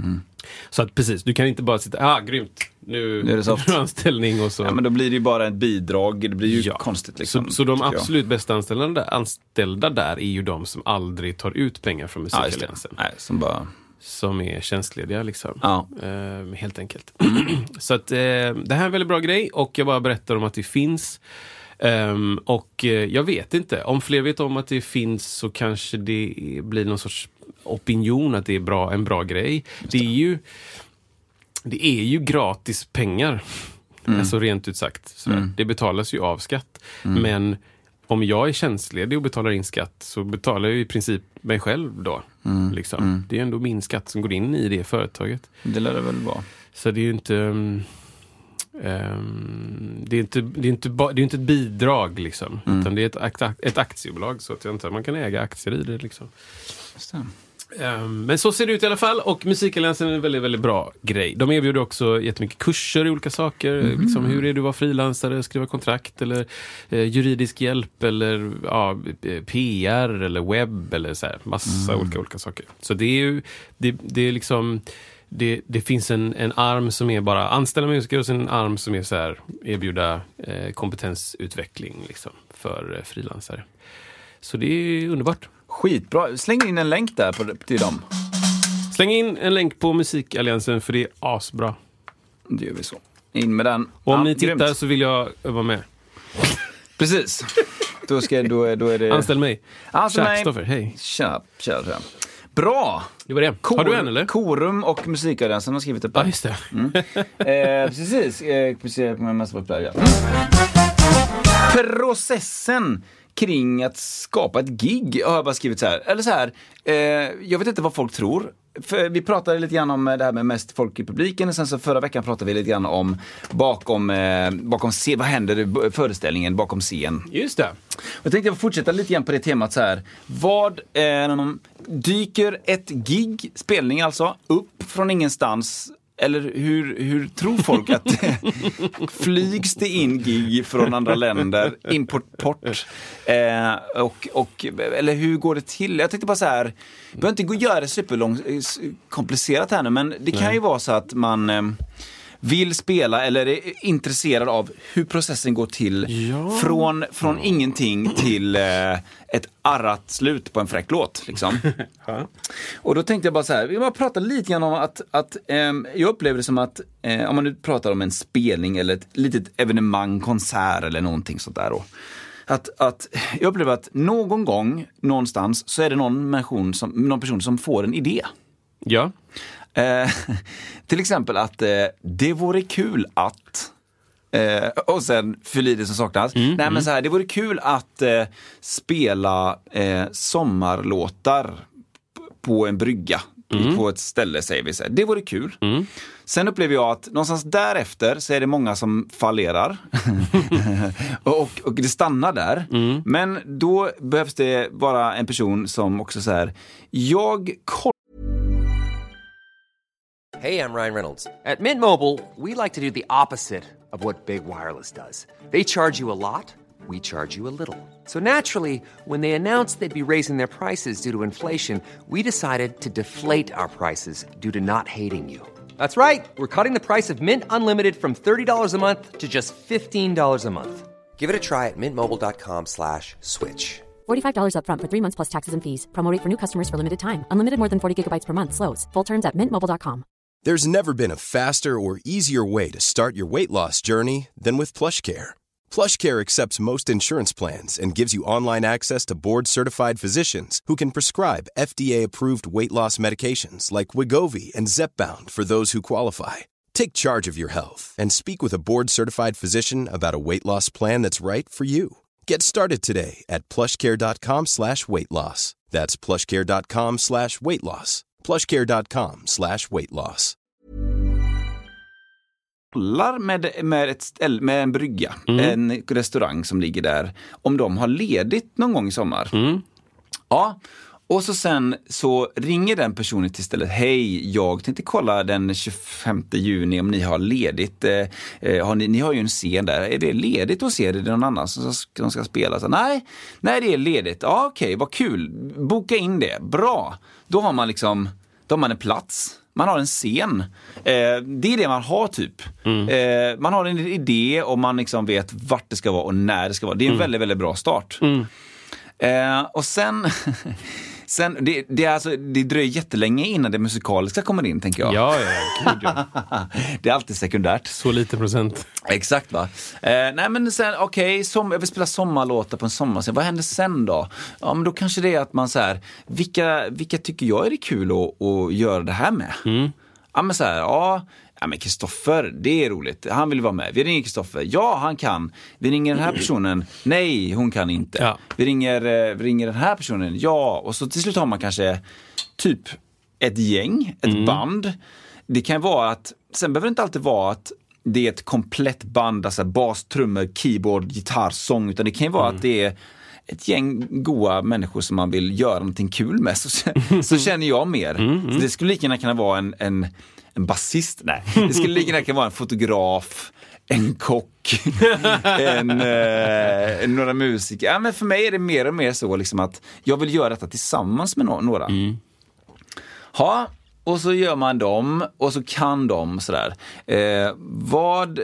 Så att precis, du kan inte bara sitta, ah grymt, nu, nu är det soft. anställning och så. Ja, men då blir det ju bara ett bidrag, det blir ju ja. konstigt liksom. Så, så de absolut jag. bästa anställda, anställda där är ju de som aldrig tar ut pengar från Musikalliansen. Ja, Nej, som bara... Som är tjänstlediga liksom. Ja. Eh, helt enkelt. Så att eh, det här är en väldigt bra grej och jag bara berättar om att det finns. Um, och uh, jag vet inte, om fler vet om att det finns så kanske det blir någon sorts opinion att det är bra, en bra grej. Det. det är ju det är ju gratis pengar. Mm. Alltså rent ut sagt. Mm. Det betalas ju av skatt. Mm. Men om jag är tjänstledig och betalar in skatt så betalar jag ju i princip mig själv då. Mm. Liksom. Mm. Det är ändå min skatt som går in i det företaget. Det lär det väl vara. Så det är ju inte... Um, Um, det är inte det är inte ba, det är inte ett bidrag liksom, mm. utan det är ett, akt, ett aktiebolag så att jag inte man kan äga aktier i det liksom. Just det. Um, men så ser det ut i alla fall och Musikalliansen är en väldigt väldigt bra grej. De erbjuder också jättemycket kurser i olika saker, mm. liksom hur är du att vara frilansare, skriva kontrakt eller eh, juridisk hjälp eller ja, P R eller webb eller så här massa mm. olika olika saker. Så det är ju det, det är liksom Det, det finns en, en arm som är bara anställa musiker och sen en arm som är så här erbjuda eh, kompetensutveckling liksom, för eh, frilansare. Så det är underbart. Skitbra. Släng in en länk där på, till dem. Släng in en länk på Musikalliansen för det är asbra. Det gör vi så. In med den. Och om ja, ni tittar grymt. Så vill jag vara med. Precis. Då, ska, då, är, då är det... Anställ mig. Anställ mig. Stoffer, hej. Tja, tja, tja. Bra! Det var det. Kor- har du en eller? Korum och Musikalliansen har skrivit upp det. Ja, just det. Mm. eh, precis. Eh, precis. Med massa ja. Processen kring att skapa ett gig har jag bara skrivit så här. Eller så här. Eh, jag vet inte vad folk tror. För vi pratade lite grann om det här med mest folk i publiken och sen så förra veckan pratade vi lite grann om bakom, eh, bakom scen, vad händer i föreställningen bakom scen. Just det. Och jag tänkte jag fortsätta lite grann på det temat så här. Vad är någon, dyker ett gig, spelning alltså, upp från ingenstans? Eller hur, hur tror folk att flygs det in gig från andra länder, import-port? Eh, och, och, eller hur går det till? Jag tänkte bara så här, jag behöver inte gå och göra det superlångt, komplicerat här nu, men det kan Nej. ju vara så att man eh, vill spela eller är intresserad av hur processen går till ja. från, från ingenting till eh, ett arrat slut på en fräck låt liksom. Och då tänkte jag bara så här, vi bara prata lite grann om att, att eh, jag upplever det som att eh, om man nu pratar om en spelning eller ett litet evenemang, konsert eller någonting sånt där då. Att, att jag upplever att någon gång någonstans så är det någon person som, någon person som får en idé. Ja. Eh, till exempel att eh, det vore kul att eh, och sen fyll i det som saknas. Mm, Nej mm. men så här, det vore kul att eh, spela eh, sommarlåtar på en brygga mm. på ett ställe, säger vi så här. Det vore kul. Mm. Sen upplever jag att någonstans därefter så är det många som fallerar och, och det stannar där. Mm. Men då behövs det vara en person som också så här, jag kollar. Hey, I'm Ryan Reynolds. At Mint Mobile, we like to do the opposite of what Big Wireless does. They charge you a lot, we charge you a little. So naturally, when they announced they'd be raising their prices due to inflation, we decided to deflate our prices due to not hating you. That's right. We're cutting the price of Mint Unlimited from thirty dollars a month to just fifteen dollars a month. Give it a try at mintmobile.com slash switch. forty-five dollars up front for three months plus taxes and fees. Promo rate for new customers for limited time. Unlimited more than forty gigabytes per month. Slows full terms at mint mobile dot com. There's never been a faster or easier way to start your weight loss journey than with PlushCare. PlushCare accepts most insurance plans and gives you online access to board-certified physicians who can prescribe F D A-approved weight loss medications like Wegovy and Zepbound for those who qualify. Take charge of your health and speak with a board-certified physician about a weight loss plan that's right for you. Get started today at plushcare.com slash weight loss. That's plushcare.com slash weight loss. plushcare.com slash weight loss. Med, med, ett ställ, med en brygga, mm. en restaurang som ligger där, om de har ledigt någon gång i sommar. Mm. Ja, och så sen så ringer den personen till stället. Hej, jag tänkte kolla den tjugofemte juni om ni har ledigt. Eh, har ni, ni har ju en scen där. Är det ledigt att se det? Är det någon annan som ska, som ska spela? Så, nej, nej, det är ledigt. Ja, okej, vad kul. Boka in det. Bra. Då har man liksom, då har man en plats. Man har en scen. Eh, det är det man har typ. Mm. Eh, man har en idé och man liksom vet vart det ska vara och när det ska vara. Det är en mm. väldigt, väldigt bra start. Mm. Eh, och sen... Sen, det, det, är alltså, det dröjer jättelänge innan det musikaliska kommer in, tänker jag. Ja, ja, gud, ja. Det är alltid sekundärt. Så lite procent. Exakt, va? Eh, nej, men sen, okej, okay, jag vill spela sommarlåtar på en sommarscen. Vad händer sen då? Ja, men då kanske det är att man så här, vilka, vilka tycker jag är det kul att, att göra det här med? Mm. Ja, men så här, ja... Ja, men Kristoffer, det är roligt. Han vill vara med. Vi ringer Kristoffer. Ja, han kan. Vi ringer den här personen. Nej, hon kan inte. Ja. Vi, ringer, vi ringer den här personen. Ja, och så till slut har man kanske typ ett gäng, ett mm. band. Det kan vara att, sen behöver det inte alltid vara att det är ett komplett band, alltså bas, trummor, keyboard, gitarr, sång, utan det kan ju vara mm. att det är ett gäng goa människor som man vill göra någonting kul med. Så, så känner jag mer. Mm, mm. Så det skulle lika gärna kunna vara en... en En basist? Nej. Det skulle lika gärna vara en fotograf, en kock, en, eh, några musiker. Ja, men för mig är det mer och mer så liksom att jag vill göra detta tillsammans med no- några. Mm. Ja, och så gör man dem och så kan de sådär. Eh, vad...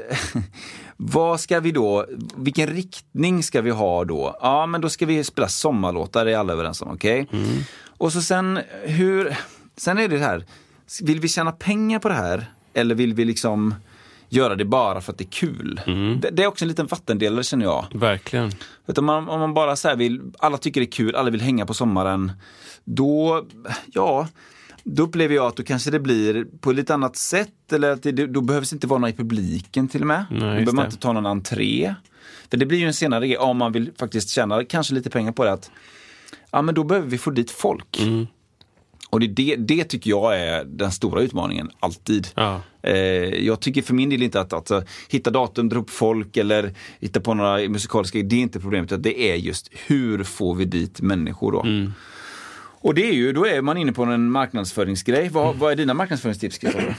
Vad ska vi då, vilken riktning ska vi ha då? Ja, men då ska vi spela sommarlåtar, det är alla överens om, okej? Okay? Mm. Och så sen, hur... Sen är det här... Vill vi tjäna pengar på det här? Eller vill vi liksom göra det bara för att det är kul? Mm. Det, det är också en liten vattendelare, känner jag. Verkligen. Vet du, om, man, om man bara så här vill, alla tycker det är kul, alla vill hänga på sommaren, då, ja, då upplever jag att då kanske det blir på ett lite annat sätt, eller att det, då behövs inte vara någon i publiken till och med. Nej, då behöver man inte ta någon entré. För det blir ju en senare grej, om man vill faktiskt tjäna kanske lite pengar på det, att ja, men då behöver vi få dit folk. Mm. Och det, det, det tycker jag är den stora utmaningen, alltid. Ja. Eh, jag tycker för min del inte att, att, att hitta datum, dra upp folk eller hitta på några musikaliska, det är inte problemet. Det är just hur får vi dit människor då. Mm. Och det är ju, då är man inne på en marknadsföringsgrej. Vad, mm. vad är dina marknadsföringstips, Kristoffer?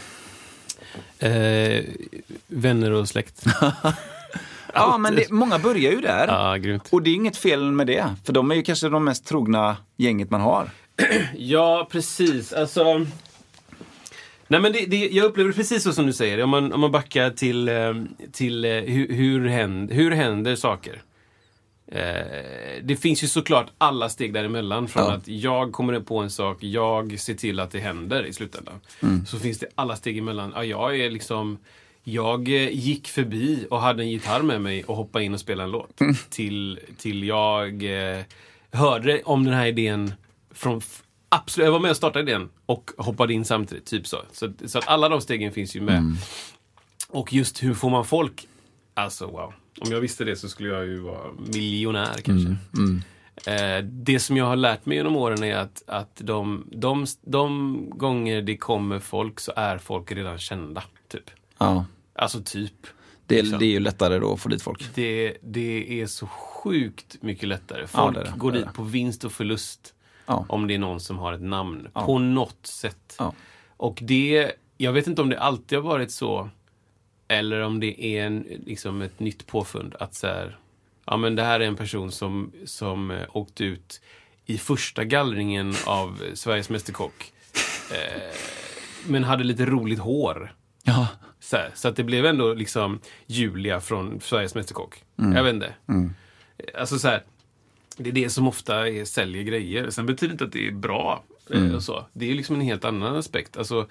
Eh, vänner och släkt. Ja, men det, många börjar ju där. Ja, grymt. Och det är inget fel med det. För de är ju kanske de mest trogna gänget man har. Ja, precis. Alltså, nej, men det, det, jag upplever det precis så som du säger. Om man, om man backar till, till hur, hur, händer, hur händer saker. Eh, det finns ju såklart alla steg däremellan. Från ja. att jag kommer på en sak, jag ser till att det händer i slutändan. Mm. Så finns det alla steg emellan. Ja, jag är liksom... Jag gick förbi och hade en gitarr med mig och hoppade in och spelade en låt. Mm. Till, till jag eh, hörde om den här idén från... Absolut, jag var med och startade idén och hoppade in samtidigt. Typ så. Så, så att alla de stegen finns ju med. Mm. Och just hur får man folk... Alltså, wow. Om jag visste det så skulle jag ju vara miljonär kanske. Mm. Mm. Eh, det som jag har lärt mig genom åren är att, att de, de, de gånger det kommer folk så är folk redan kända. Typ. Ja. Alltså typ. Det, liksom. Det är ju lättare då att få dit folk. Det, det är så sjukt mycket lättare. Folk ja, det det. går dit på vinst och förlust. Ja. Om det är någon som har ett namn. Ja. På något sätt. Ja. Och det, jag vet inte om det alltid har varit så. Eller om det är en, liksom ett nytt påfund. Att så här, ja men det här är en person som, som eh, åkte ut i första gallringen av Sveriges Mästerkock. Eh, men hade lite roligt hår. Ja. Så, här, så att det blev ändå liksom Julia från Sveriges Mästerkock. Mm. Jag vet inte. Mm. Alltså så här, det är det som ofta är, säljer grejer. Sen betyder inte att det är bra. Mm. Och så. Det är liksom en helt annan aspekt. Alltså,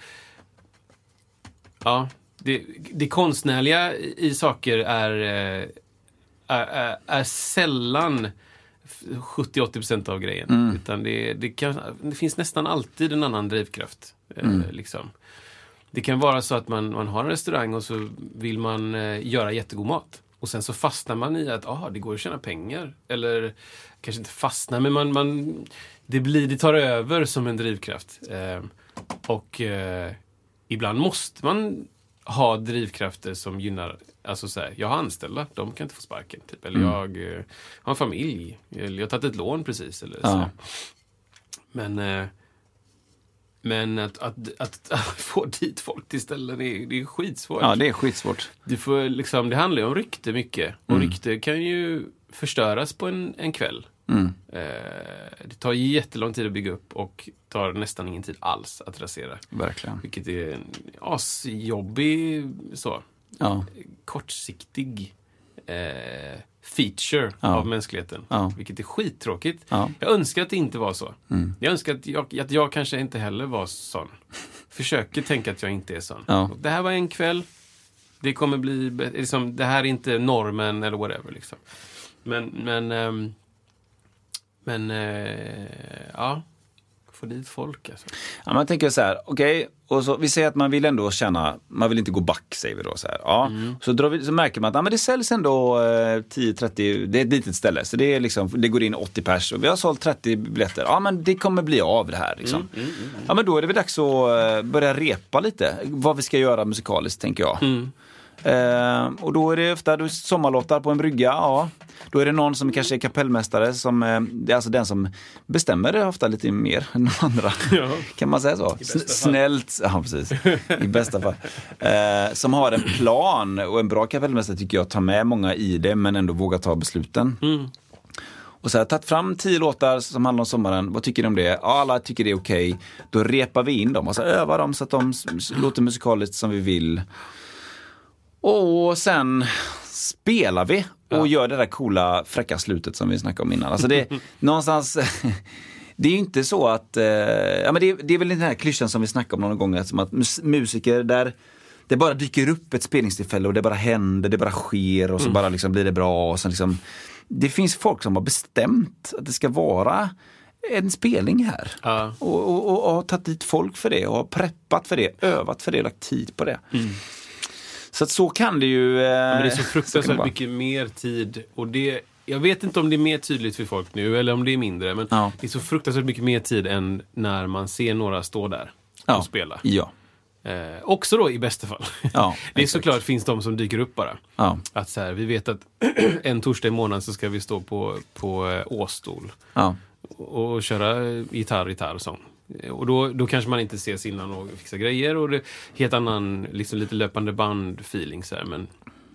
ja, det, det konstnärliga i saker är, är, är, är sällan sjuttio till åttio procent av grejen. Mm. Utan det, det, kan, det finns nästan alltid en annan drivkraft. Mm. Eh, liksom. Det kan vara så att man, man har en restaurang och så vill man eh, göra jättegod mat. Och sen så fastnar man i att ah, det går att tjäna pengar. Eller kanske inte fastnar, men man, man, det, blir, det tar över som en drivkraft. Eh, och eh, ibland måste man ha drivkrafter som gynnar... Alltså så här, jag har anställda, de kan inte få sparken. Typ. Eller mm. jag eh, har en familj. Eller jag har tagit ett lån precis. Eller så. Ja. Men... Eh, Men att, att, att, att få dit folk till ställen är, det är skitsvårt. Ja, det är skitsvårt. Du får liksom, det handlar ju om rykte mycket. Och mm. rykte kan ju förstöras på en, en kväll. Mm. Eh, det tar jättelång tid att bygga upp och tar nästan ingen tid alls att rasera. Verkligen. Vilket är en asjobbig så, Ja. kortsiktig eh, feature Ja. av mänskligheten. Ja. Vilket är skittråkigt. Ja. Jag önskar att det inte var så. Mm. Jag önskar att jag, att jag kanske inte heller var sån. Försöker tänka att jag inte är sån. Ja. Och det här var en kväll. Det kommer bli, liksom, det här är inte normen eller whatever liksom. Men, men, ähm, men, äh, ja, få dit folk alltså. Ja, man tänker så här, okej, okay, och så vi säger att man vill ändå känna, man vill inte gå back, säger vi då så här. Ja, mm. så drar vi, så märker man att ja, men det säljs ändå eh, tio trettio, det är ett litet ställe, så det är liksom, det går in åttio pers och vi har sålt trettio biljetter. Ja, men det kommer bli av det här liksom. Mm, mm, mm. Ja, men då är det väl dags att börja repa lite vad vi ska göra musikaliskt, tänker jag. Mm. Uh, och då är det ofta då är sommarlåtar på en brygga, ja. Då är det någon som kanske är kapellmästare som, uh, det är alltså den som bestämmer det ofta lite mer än andra. Ja. Kan man säga så? S- snällt, ja precis, i bästa fall. Uh, som har en plan, och en bra kapellmästare tycker jag tar med många i det men ändå vågar ta besluten. Mm. Och så har jag tagit fram tio låtar som handlar om sommaren. Vad tycker ni om det? Ja, alla tycker det är okej. Okay. Då repar vi in dem och så övar dem så att de låter musikaliskt som vi vill. Och sen spelar vi och ja. gör det där coola fräcka slutet som vi snackade om innan. Alltså det någonstans, det är ju inte så att, eh, ja men det, det är väl den här klyschan som vi snackade om någon gång, som att mus- musiker där det bara dyker upp ett spelningstillfälle och det bara händer, det bara sker och så mm. bara liksom blir det bra och sen liksom, det finns folk som har bestämt att det ska vara en spelning här ja. och, och, och, och har tagit dit folk för det och har preppat för det, övat för det och lagt tid på det. Mm. Så att så kan det ju... Eh, ja, men det är så fruktansvärt så mycket mer tid. Och det, jag vet inte om det är mer tydligt för folk nu eller om det är mindre. Men ja. det är så fruktansvärt mycket mer tid än när man ser några stå där ja. och spela. Ja. Eh, också då i bästa fall. Ja, det är såklart finns de som dyker upp bara. Ja. Att så här, vi vet att en torsdag i månaden så ska vi stå på, på Åstol. Ja. Och, och köra gitarr, gitarr och sång. Och då, då kanske man inte ses innan och fixar grejer och det är helt annan, liksom lite löpande band-feeling så här. Men,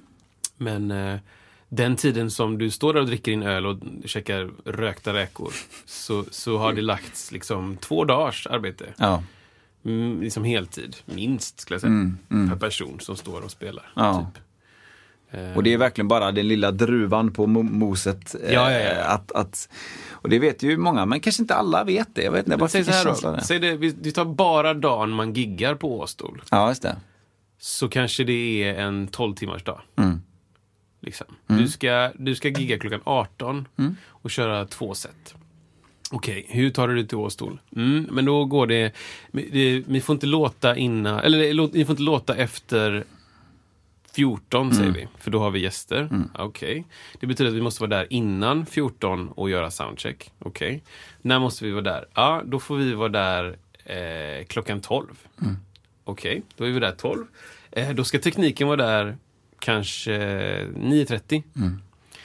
men eh, den tiden som du står där och dricker din öl och käkar rökta räkor så, så har det lagts liksom två dagars arbete. Ja. Mm, liksom heltid, minst skulle jag säga, mm, mm. per person som står och spelar. Ja. Typ. Och det är verkligen bara den lilla druvan på moset. Ja, ja, ja. Att, att, och det vet ju många, men kanske inte alla vet det. Jag vet inte, jag bara säg så här då. Säg det, vi tar bara dagen man giggar på Åstol. Ja, just det. Så kanske det är en tolv timmars dag. Mm. Liksom. Mm. Du, ska, du ska gigga klockan arton mm. och köra två set. Okej, okay, hur tar du det till Åstol? Mm, men då går det, det... Vi får inte låta innan... Eller ni får inte låta efter... fjorton mm. säger vi, för då har vi gäster. Mm. Okej. Okay. Det betyder att vi måste vara där innan fjorton och göra soundcheck. Okej. Okay. När måste vi vara där? Ja, då får vi vara där eh, klockan tolv. Mm. Okej, okay. Då är vi där tolv. Eh, då ska tekniken vara där kanske nio trettio. Mm.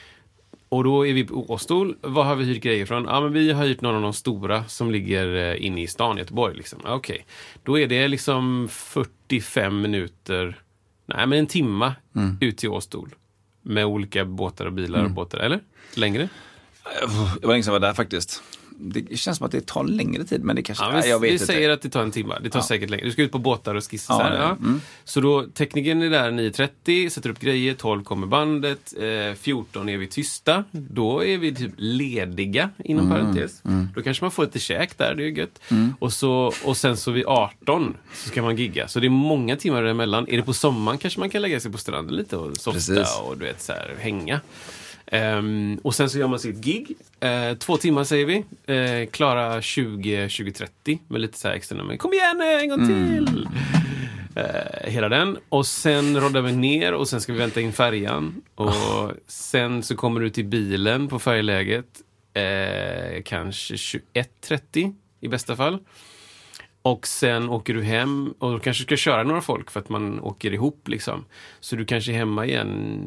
Och då är vi på Åstol. Vad har vi hyrt grejer från? Ja, men vi har hyrt någon av de stora som ligger eh, inne i stan i Göteborg. Liksom. Okej. Okay. Då är det liksom fyrtiofem minuter... Nej, men en timma mm. ut till Åstol. Med olika båtar och bilar mm. och båtar, eller? Längre? Det var länge sedan jag var där faktiskt. Det känns som att det tar längre tid, men det kanske... Ja, men nej, jag vet vi inte. säger att det tar en timme. Det tar ja. säkert längre. Du ska ut på båtar och skissa. Ja, så här, ja. Mm. Så då, tekniken är där nio trettio, sätter upp grejer, tolv kommer bandet, eh, fjorton är vi tysta. Då är vi typ lediga, inom mm. parentes. Mm. Då kanske man får lite käk där, det är gött. Mm. Och, så, och sen så vid arton så ska man gigga. Så det är många timmar däremellan. Är det på sommaren kanske man kan lägga sig på stranden lite och softa. Precis. Och du vet, så här, hänga. Um, och sen så gör man sitt gig uh, två timmar säger vi uh, klara tjugo tjugo trettio med lite så här extra nummer. Kom igen en gång till mm. uh, hela den. Och sen roddar vi ner och sen ska vi vänta in färjan. Och oh. sen så kommer du till bilen på färgläget uh, kanske tjugoett trettio i bästa fall. Och sen åker du hem och du kanske ska köra några folk för att man åker ihop liksom. Så du kanske är hemma igen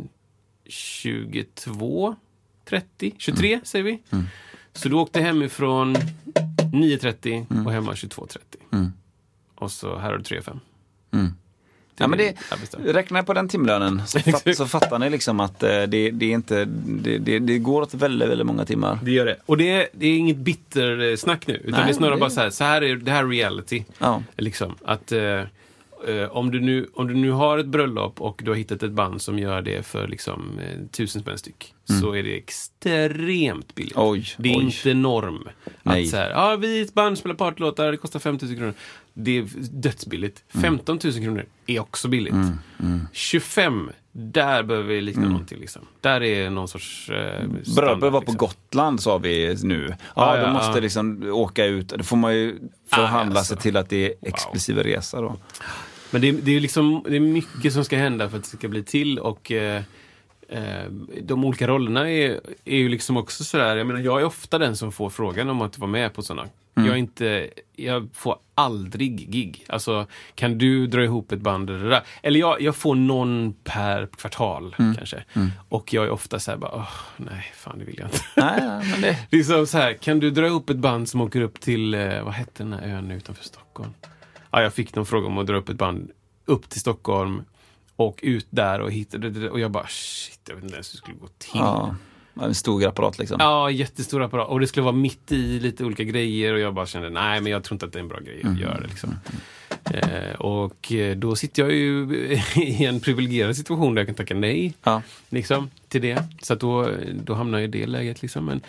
tjugotvå trettio, tjugotre mm. säger vi. Mm. Så du åkte hemifrån nio trettio mm. och hemma tjugotvå trettio. Mm. Och så här har du tre fem. Mm. Ja, men det, räkna på den timlönen så, fatt, så fattar ni liksom att det, det är inte det, det, det går åt väldigt, väldigt många timmar. Det gör det. Och det är, det är inget bitter snack nu, utan Nej, det är snarare det... bara så här, så här är det här är reality. Ja. Liksom att eh, om du nu om du nu har ett bröllop och du har hittat ett band som gör det för liksom eh, tusen spänn styck, mm. så är det extremt billigt. Oj, det är oj. inte norm. Nej. Att så här, ja, vi är ett band spelar partylåtar, det kostar fem tusen kronor. Det är dödsbilligt. Mm. femton tusen kronor är också billigt. Mm. Mm. tjugofem, där behöver vi likna mm. någonting liksom. Där är någon sorts eh, bröllopet var på liksom. Gotland sa vi nu. Ja, ah, ja då måste ja. liksom åka ut. Det får man ju förhandla ah, sig till att det är exklusiva wow. resa då. Men det, det är liksom det är mycket som ska hända för att det ska bli till, och eh, eh, de olika rollerna är, är ju liksom också sådär, jag menar, jag är ofta den som får frågan om att vara med på sådana. Mm. Jag är inte, jag får aldrig gig. Alltså, kan du dra ihop ett band eller det där? Eller jag, jag får någon per kvartal mm. kanske. Mm. Och jag är ofta så här bara, åh, nej, fan det vill jag inte. Nej, ja, men det... det är så, så här, kan du dra ihop ett band som åker upp till, eh, vad hette den här ön utanför Stockholm? Ja, jag fick någon fråga om att dra upp ett band upp till Stockholm och ut där och hit. Och jag bara, shit, jag vet inte ens hur det skulle gå till. Ja. En stor apparat liksom. Ja, jättestor apparat. Och det skulle vara mitt i lite olika grejer. Och jag bara kände, nej men jag tror inte att det är en bra grej att mm. göra det liksom. Mm. Eh, och då sitter jag ju i en privilegierad situation där jag kan tacka nej ja. liksom, till det. Så att då, då hamnar jag i det läget liksom. Men,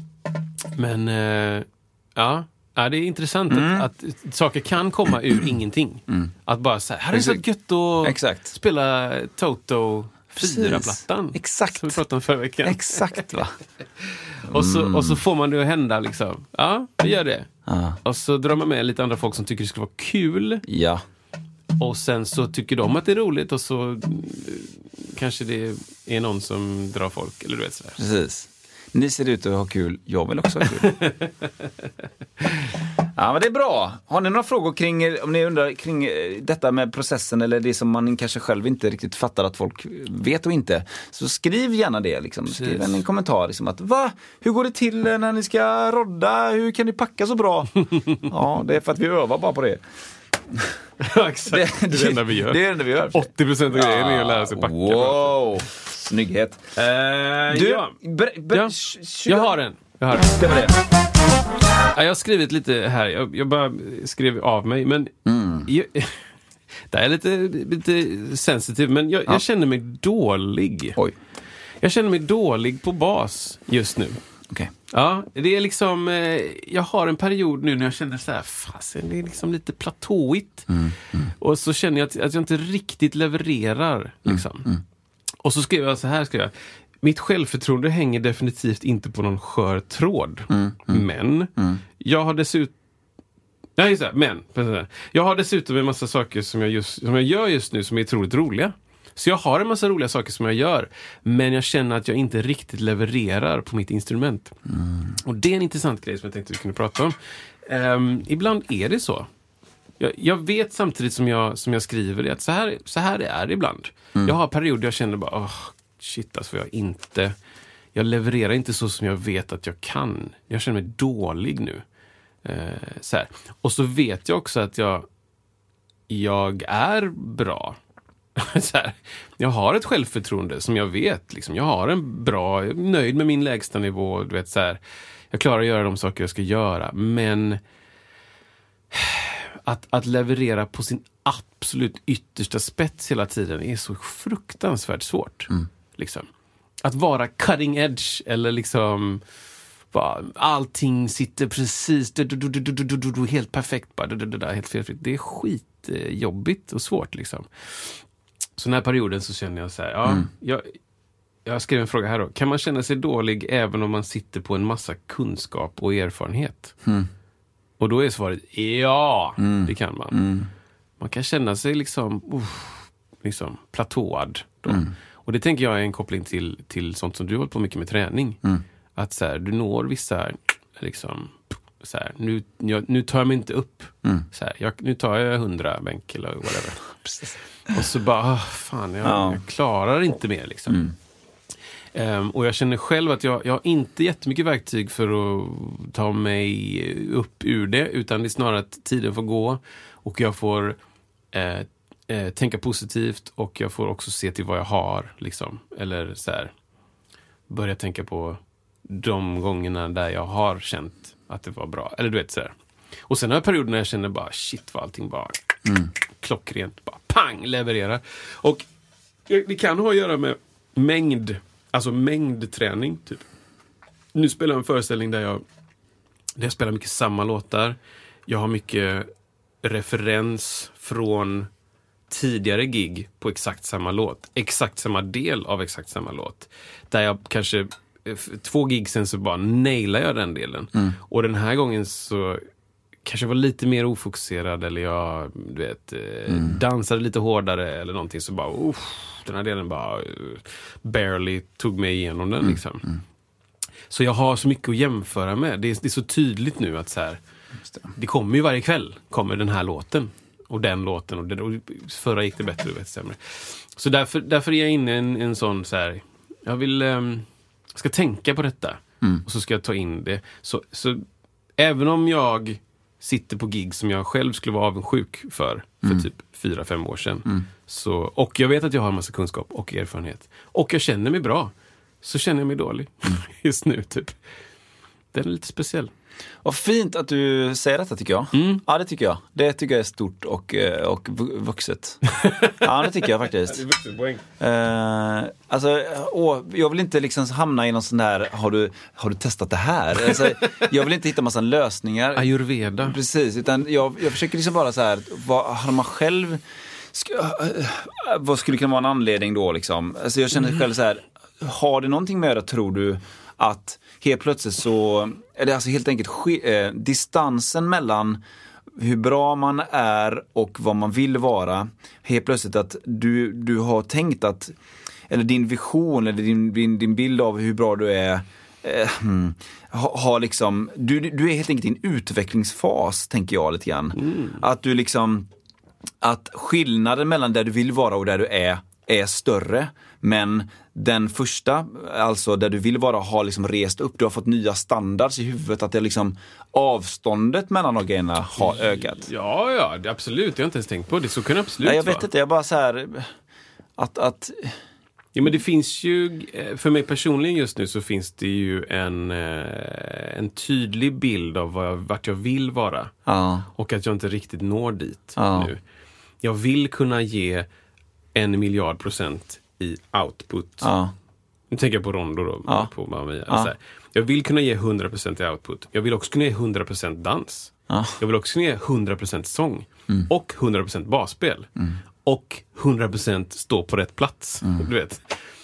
men eh, ja, ja, det är intressant mm. att, att saker kan komma ur ingenting. Mm. Att bara säga, här är så gött att Exakt. spela Toto fyra-plattan. Exakt. Som vi pratade om förra veckan. Exakt, va? Mm. och, så, och så får man det att hända liksom. Ja, vi gör det. Ah. Och så drar man med lite andra folk som tycker det skulle vara kul. Ja. Och sen så tycker de att det är roligt och så uh, kanske det är någon som drar folk, eller du vet sådär. Precis. Ni ser ut att ha kul. Jag vill också ha kul. Ja, men det är bra. Har ni några frågor kring, om ni undrar kring detta med processen eller det som man kanske själv inte riktigt fattar att folk vet och inte, så skriv gärna det liksom. Skriv en, en kommentar liksom att, va? Hur går det till när ni ska rodda? Hur kan ni packa så bra? Ja, det är för att vi övar bara på det. Ja, exakt. Det, det, det är det enda vi gör. Det är det enda vi gör. åttio procent av grejen är att lära sig packa. Wow. Snygghet. Uh, du, ja. Ber, ber, ja. Jag har en. Jag har en. Det var det. Jag har skrivit lite här. Jag, jag bara skrev av mig. Men mm. jag, det är lite, lite sensitiv. Men jag, ja. jag känner mig dålig. Oj. Jag känner mig dålig på bas just nu. Okay. Ja, det är liksom, eh, jag har en period nu när jag känner så här, fasen, det är liksom lite platåigt. Mm, mm. Och så känner jag att, att jag inte riktigt levererar. Liksom. Mm, mm. Och så skrev jag så här, skrev jag, mitt självförtroende hänger definitivt inte på någon skör tråd. Mm, mm, men mm. jag har dessutom, nej, just det, men, jag har dessutom en massa saker som jag, just, som jag gör just nu som är otroligt roliga. Så jag har en massa roliga saker som jag gör, men jag känner att jag inte riktigt levererar på mitt instrument. Mm. Och det är en intressant grej som jag tänkte att vi kunde prata om. Um, ibland är det så. Jag, jag vet samtidigt som jag, som jag skriver det att så här, så här är det ibland. Mm. Jag har perioder jag känner bara, oh, shit, alltså jag inte, jag levererar inte så som jag vet att jag kan. Jag känner mig dålig nu. Uh, så här. Och så vet jag också att jag, jag är bra. Så här, jag har ett självförtroende som jag vet liksom, jag har en bra, jag är nöjd med min lägsta nivå, du vet så här, jag klarar att göra de saker jag ska göra, men att, att leverera på sin absolut yttersta spets hela tiden är så fruktansvärt svårt. Mm. Liksom. Att vara cutting edge eller liksom bara, allting sitter precis du, du, du, du, du, du, du, helt perfekt bara, du, du, du, du, helt felfritt. Det är skitjobbigt och svårt liksom. Så den här perioden så känner jag så här, ja, mm. jag, jag skrev en fråga här då. Kan man känna sig dålig även om man sitter på en massa kunskap och erfarenhet? Mm. Och då är svaret, ja, mm. det kan man. Mm. Man kan känna sig liksom, uh, liksom platåad då. Mm. Och det tänker jag är en koppling till, till sånt som du håller på mycket med träning. Mm. Att så här, du når vissa, liksom, så här, nu, jag, nu tar jag mig inte upp. Mm. Så här, jag, nu tar jag hundra bänk eller whatever. Precis. Och så bara, oh, fan, jag, ja. jag klarar inte mer liksom. Mm. Um, och jag känner själv att jag, jag har inte jättemycket verktyg för att ta mig upp ur det, utan det är snarare att tiden får gå och jag får eh, eh, tänka positivt och jag får också se till vad jag har. Liksom. Eller så här, börja tänka på de gångerna där jag har känt att det var bra. Eller du vet så här. Och sen har jag perioder när jag känner bara shit vad allting bara mm. klockrent. Bara pang, leverera. Och det kan ha att göra med mängd, alltså mängdträning typ. Nu spelar jag en föreställning där jag, där jag spelar mycket samma låtar. Jag har mycket referens från tidigare gig på exakt samma låt. Exakt samma del av exakt samma låt. Där jag kanske, två gig sen så bara nailar jag den delen. Mm. Och den här gången så kanske jag var lite mer ofokuserad eller jag, du vet, mm. dansade lite hårdare eller någonting så bara, uff, den här delen bara barely tog mig igenom den liksom. Mm. Mm. Så jag har så mycket att jämföra med. Det är, det är så tydligt nu att så här, det. det kommer ju varje kväll kommer den här låten och den låten och, den, och förra gick det bättre, vet sämre. Så därför, därför är jag inne i en, en sån så här, jag vill um, ska tänka på detta mm. och så ska jag ta in det. Så, så även om jag sitter på gig som jag själv skulle vara avundsjuk för för mm. typ fyra, fem år sedan. Mm. Så, och jag vet att jag har en massa kunskap och erfarenhet. Och jag känner mig bra. Så känner jag mig dålig mm. just nu typ. Den är lite speciell. Och fint att du säger detta tycker jag. Mm. Ja, det tycker jag. Det tycker jag är stort och, och vuxet. Ja, det tycker jag faktiskt. Det är vuxenpoäng. Uh, alltså, åh, jag vill inte liksom hamna i någon sån där, har du, har du testat det här? Alltså, jag vill inte hitta massa lösningar. Ayurveda. Precis, utan jag, jag försöker liksom bara så här, vad har man själv, sk- uh, vad skulle kunna vara en anledning då liksom? Alltså jag känner mm. själv så här, har det någonting med det, tror du, att helt plötsligt så, eller alltså helt enkelt eh, distansen mellan hur bra man är och vad man vill vara, helt plötsligt att du, du har tänkt att, eller din vision eller din, din, din bild av hur bra du är eh, har ha liksom, du, du är helt enkelt i en utvecklingsfas, tänker jag lite grann. Mm. Att du liksom, att skillnaden mellan där du vill vara och där du är är större, men den första, alltså där du vill vara, har liksom rest upp, du har fått nya standards i huvudet, att det liksom avståndet mellan de grejerna har ökat. Ja, ja, det, absolut, jag har inte ens tänkt på det, så kan det absolut vara. Jag vet vara. inte, jag bara så här att, att ja, men det finns ju, för mig personligen just nu så finns det ju en, en tydlig bild av vad jag, vart jag vill vara. Ja. Och att jag inte riktigt når dit ja. nu. Jag vill kunna ge en miljard procent i output. Ja. Nu tänker jag på Rondo då, ja. på Mamma Mia. Ja. Så här. Jag vill kunna ge hundra procent i output. Jag vill också kunna ge hundra procent dans. Ja. Jag vill också kunna ge hundra procent sång. Mm. Och hundra procent basspel. Mm. Och hundra procent stå på rätt plats. Mm. Du vet.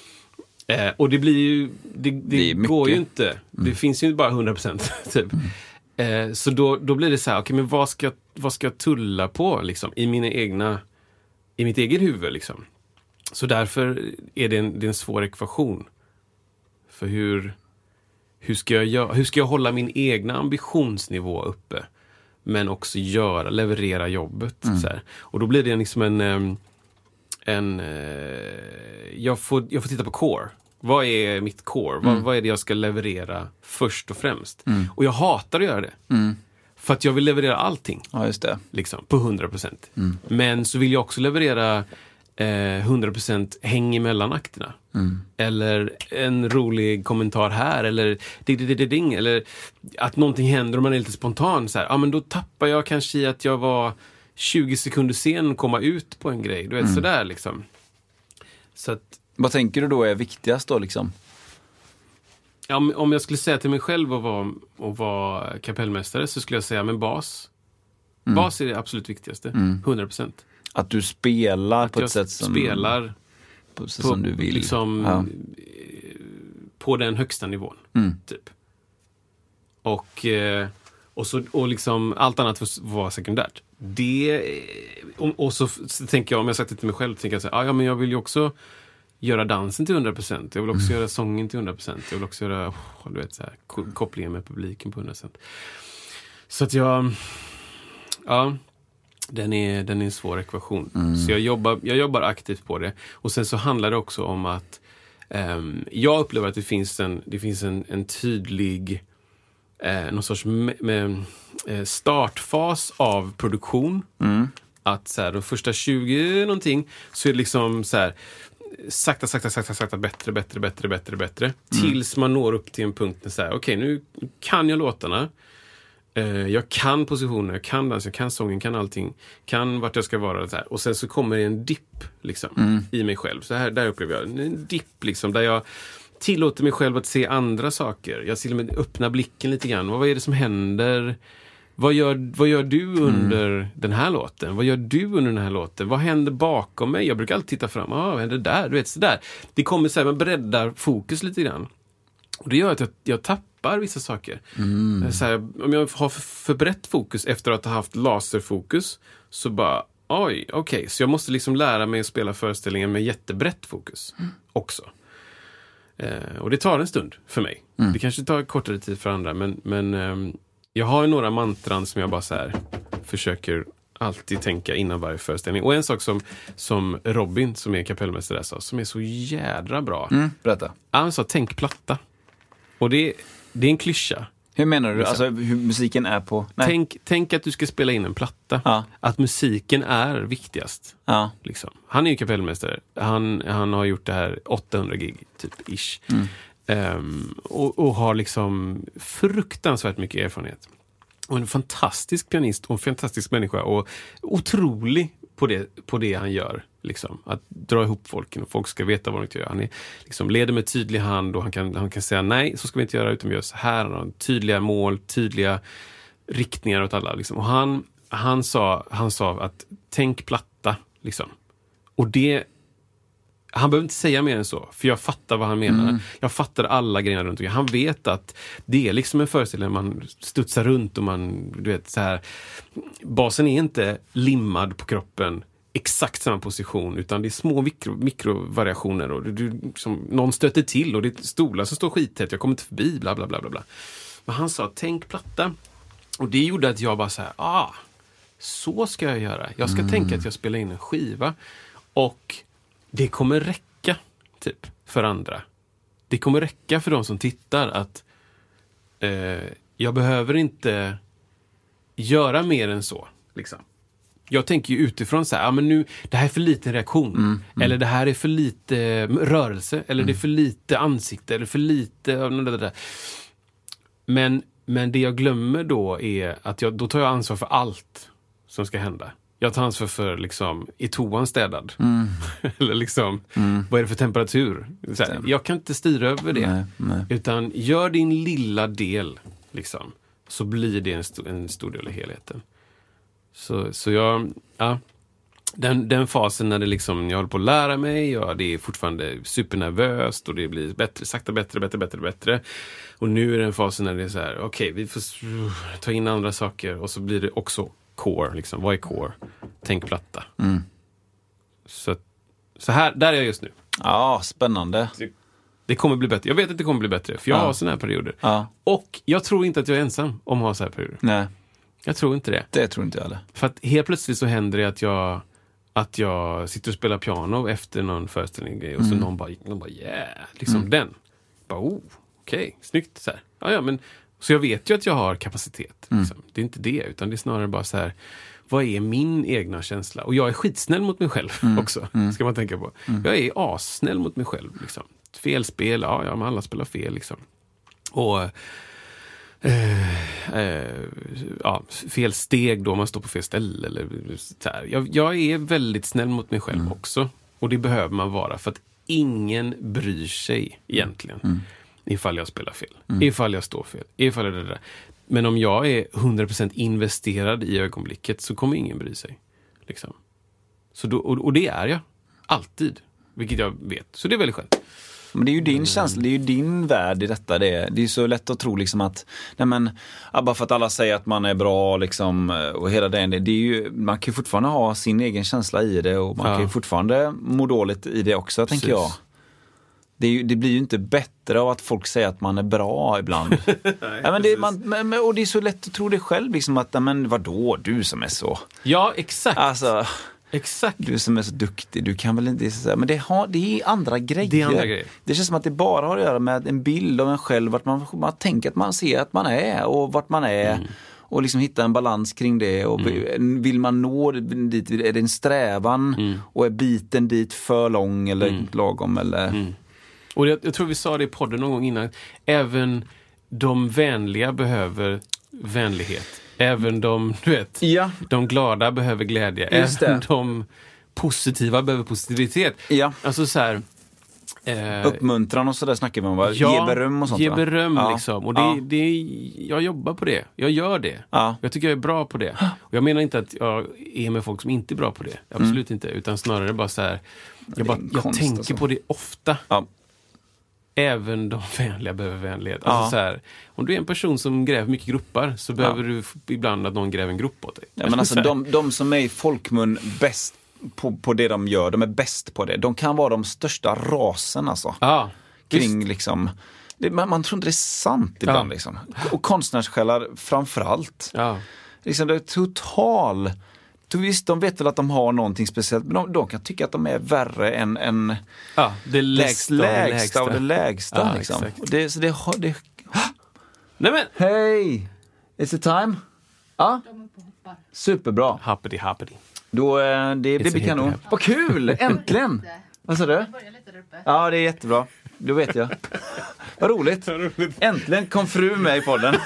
Eh, och det blir ju, det, det, det går ju inte. Mm. Det finns ju bara hundra procent typ. Mm. Eh, så då, då blir det så här, okej, okay, men vad ska, vad ska jag tulla på liksom, i mina egna, i mitt eget huvud liksom. Så därför är det en, det är en svår ekvation. För hur, hur, ska jag göra, hur ska jag hålla min egna ambitionsnivå uppe, men också göra, leverera jobbet. Mm. Så här. Och då blir det liksom en... en jag, får, jag får titta på core. Vad är mitt core? Mm. Vad, vad är det jag ska leverera först och främst? Mm. Och jag hatar att göra det. Mm. För att jag vill leverera allting. Ja, just det. Liksom, på hundra procent. Mm. Men så vill jag också leverera eh, hundra procent häng emellan akterna. Mm. Eller en rolig kommentar här. Eller ding, ding, ding, ding, eller att någonting händer och man är lite spontan. Så här, ja, men då tappar jag kanske i att jag var tjugo sekunder sen och komma ut på en grej. Du vet, mm. sådär liksom. Så att, vad tänker du då är viktigast då liksom? Ja, om, om jag skulle säga till mig själv att vara, att vara kapellmästare, så skulle jag säga, men bas. Mm. Bas är det absolut viktigaste. Mm. hundra procent. Att du spelar att på ett sätt som... spelar på ett sätt på, som du vill. Liksom, ja. På den högsta nivån. Mm. Typ. Och, och, så, och liksom allt annat får vara sekundärt. Det, och, och så, så tänker jag, om jag sagt det till mig själv, tänker jag så här, ja, men jag vill ju också göra dansen till hundra procent. Jag vill också mm. göra sången till hundra procent. Jag vill också göra oh, du vet, så här, kopplingen med publiken på hundra procent. Så att jag... Ja, den är, den är en svår ekvation. Mm. Så jag jobbar, jag jobbar aktivt på det. Och sen så handlar det också om att um, jag upplever att det finns en, det finns en, en tydlig eh, någon sorts med, med, eh, startfas av produktion. Mm. att så här, de första tjugo någonting så är det liksom så här sakta, sakta, sakta, sakta, bättre, bättre, bättre, bättre, bättre. Mm. Tills man når upp till en punkt där så här, okej, okay, nu kan jag låtarna. Uh, jag kan positioner, jag kan dans, jag kan sången, kan allting. Kan vart jag ska vara. Så här. Och sen så kommer det en dipp liksom, mm. i mig själv. Så här, där upplever jag en dipp liksom, där jag tillåter mig själv att se andra saker. Jag till och med öppnar blicken lite grann. Vad är det som händer? Vad gör, vad gör du under mm. den här låten? Vad gör du under den här låten? Vad händer bakom mig? Jag brukar alltid titta fram. Ah, vad händer där? Du vet, så där. Det kommer så här, man breddar fokus lite grann. Och det gör att jag, jag tappar vissa saker. Mm. Så här, om jag har för, för brett fokus efter att ha haft laserfokus så bara, oj, okej. Okay. Så jag måste liksom lära mig att spela föreställningen med jättebrett fokus mm. också. Eh, och det tar en stund för mig. Mm. Det kanske tar kortare tid för andra, men, men eh, jag har ju några mantran som jag bara så här försöker alltid tänka innan varje föreställning. Och en sak som, som Robin, som är kapellmästare, sa, som är så jädra bra. Mm, berätta. Han sa, tänk platta. Och det, det är en klyscha. Hur menar du? Alltså hur musiken är på... Nej. Tänk, tänk att du ska spela in en platta. Ja. Att musiken är viktigast. Ja. Liksom. Han är ju kapellmästare. Han, han har gjort det här åttahundra gig, typ, ish. Mm. Um, och, och har liksom fruktansvärt mycket erfarenhet. Och en fantastisk pianist och en fantastisk människa. Och otrolig på det, på det han gör. Liksom. Att dra ihop folken och folk ska veta vad de inte gör. Han är, liksom, leder med tydlig hand och han kan, han kan säga nej, så ska vi inte göra, utan vi gör så här. Han har tydliga mål, tydliga riktningar åt alla. Liksom. Och han, han, sa, han sa att tänk platta. Liksom. Och det, han behöver inte säga mer än så, för jag fattar vad han menar. Mm. Jag fattar alla grejer runt omkring. Han vet att det är liksom en föreställning, man studsar runt och man, du vet, så här. Basen är inte limmad på kroppen exakt samma position, utan det är små mikro, mikrovariationer och du, som, någon stöter till och det är stolar som står skittätt, jag kommer inte förbi, bla bla bla bla. Men han sa, tänk platta. Och det gjorde att jag bara så här, ah, så ska jag göra. Jag ska mm. tänka att jag spelar in en skiva och det kommer räcka typ för andra. Det kommer räcka för de som tittar att eh, jag behöver inte göra mer än så, liksom. Jag tänker ju utifrån så här, ja men nu, det här är för lite reaktion. Mm, mm. Eller det här är för lite rörelse. Eller mm. det är för lite ansikte. Eller för lite... Men, men det jag glömmer då är att jag, då tar jag ansvar för allt som ska hända. Jag tar ansvar för liksom, är toan städad? Mm. Eller liksom, mm. vad är det för temperatur? Så här, jag kan inte styra över det. Nej, nej. Utan gör din lilla del, liksom, så blir det en, st- en stor del av helheten. Så, så jag, ja, den, den fasen när det liksom, jag håller på att lära mig, ja, det är fortfarande supernervöst och det blir bättre, sakta bättre, bättre, bättre, bättre. Och nu är det en fasen när det är så här, okej, okay, vi får ta in andra saker och så blir det också core, liksom, vad är core? Tänk platta. Mm. Så, så här, där är jag just nu. Ja, spännande. Det, det kommer bli bättre. Jag vet att det kommer bli bättre, för jag ja. har såna här perioder. Ja. Och jag tror inte att jag är ensam om att ha så här perioder. Nej. Jag tror inte det. Det tror inte jag heller. För att helt plötsligt så händer det att jag att jag sitter och spelar piano efter någon föreställning och mm. så någon bara, någon bara yeah, liksom mm. den. Bara, oh, okej, okay, snyggt så här. Ja, ja, men så jag vet ju att jag har kapacitet. Mm. Liksom. Det är inte det, utan det är snarare bara så här, vad är min egna känsla? Och jag är skitsnäll mot mig själv mm. också, mm. ska man tänka på. Mm. Jag är assnäll mot mig själv, liksom. Felspel, ja, ja, men alla spelar fel, liksom. Och Uh, uh, ja, fel steg då man står på fel ställe eller så här. Jag, jag är väldigt snäll mot mig själv mm. också, och det behöver man vara, för att ingen bryr sig egentligen mm. ifall jag spelar fel, mm. ifall jag står fel, ifall jag det där. Men om jag är hundra procent investerad i ögonblicket så kommer ingen bry sig, liksom. Så då, och, och det är jag alltid, vilket jag vet, så det är väldigt skönt. Men det är ju din känsla, det är ju din värld i detta. Det är, det är så lätt att tro liksom att, nej men, bara för att alla säger att man är bra liksom, och hela det, det är ju, man kan ju fortfarande ha sin egen känsla i det, och man ja. kan ju fortfarande må dåligt i det också, Precis. tänker jag. Det, är ju, det blir ju inte bättre av att folk säger att man är bra ibland. Nej, ja, men det, man, men, och det är så lätt att tro det själv liksom, att, men vadå, du som är så. Ja, exakt. Alltså... Exakt. Du som är så duktig, du kan väl inte säga, men det, har, det är andra grejer. Det är andra grejer. Det känns som att det bara har att göra med en bild av en själv, vart man, man tänker att man ser att man är och vart man är. Mm. och liksom hitta en balans kring det. Och mm. vill man nå dit, är det en strävan mm. och är biten dit för lång eller mm. lagom eller... Mm. Och jag, jag tror vi sa det i podden någon gång innan. Även de vänliga behöver vänlighet. Även de, du vet, ja. de glada behöver glädje. Just Även det. de positiva behöver positivitet. Ja. Alltså så här... Eh, uppmuntran och sådär snackar man, va? Ja, ge beröm och sånt, ge va? beröm ja. liksom. Och det, ja. det, jag jobbar på det. Jag gör det. Ja. Jag tycker jag är bra på det. Och jag menar inte att jag är med folk som inte är bra på det. Absolut mm. inte. Utan snarare bara så här. Jag, bara, jag tänker alltså. på det ofta. Ja. Även de vänliga behöver vänlighet. Alltså ja. så här, om du är en person som gräver mycket gruppar så ja. behöver du ibland att någon gräver en grupp åt dig. Ja, men alltså de, de som är i folkmun bäst på, på det de gör, de är bäst på det. De kan vara de största rasen alltså. Ja, kring visst. Liksom det, man, man tror inte det är sant ibland ja. liksom. Och konstnärssjällar framförallt. Ja. Liksom det är total. Visst, de vet väl att de har någonting speciellt, men de, de kan tycka att de är värre än, än ja, det lägsta, det lägsta och det lägsta. Ja, liksom. exakt. Och det, så det, det... Nej men! Hej! Is it time? Ja? Superbra. Happity, happity. Då, det blir kanon. Vad kul! Äntligen! Vad sa du? Ja, det är jättebra. Då vet jag. Vad roligt. Äntligen kom fru med i podden.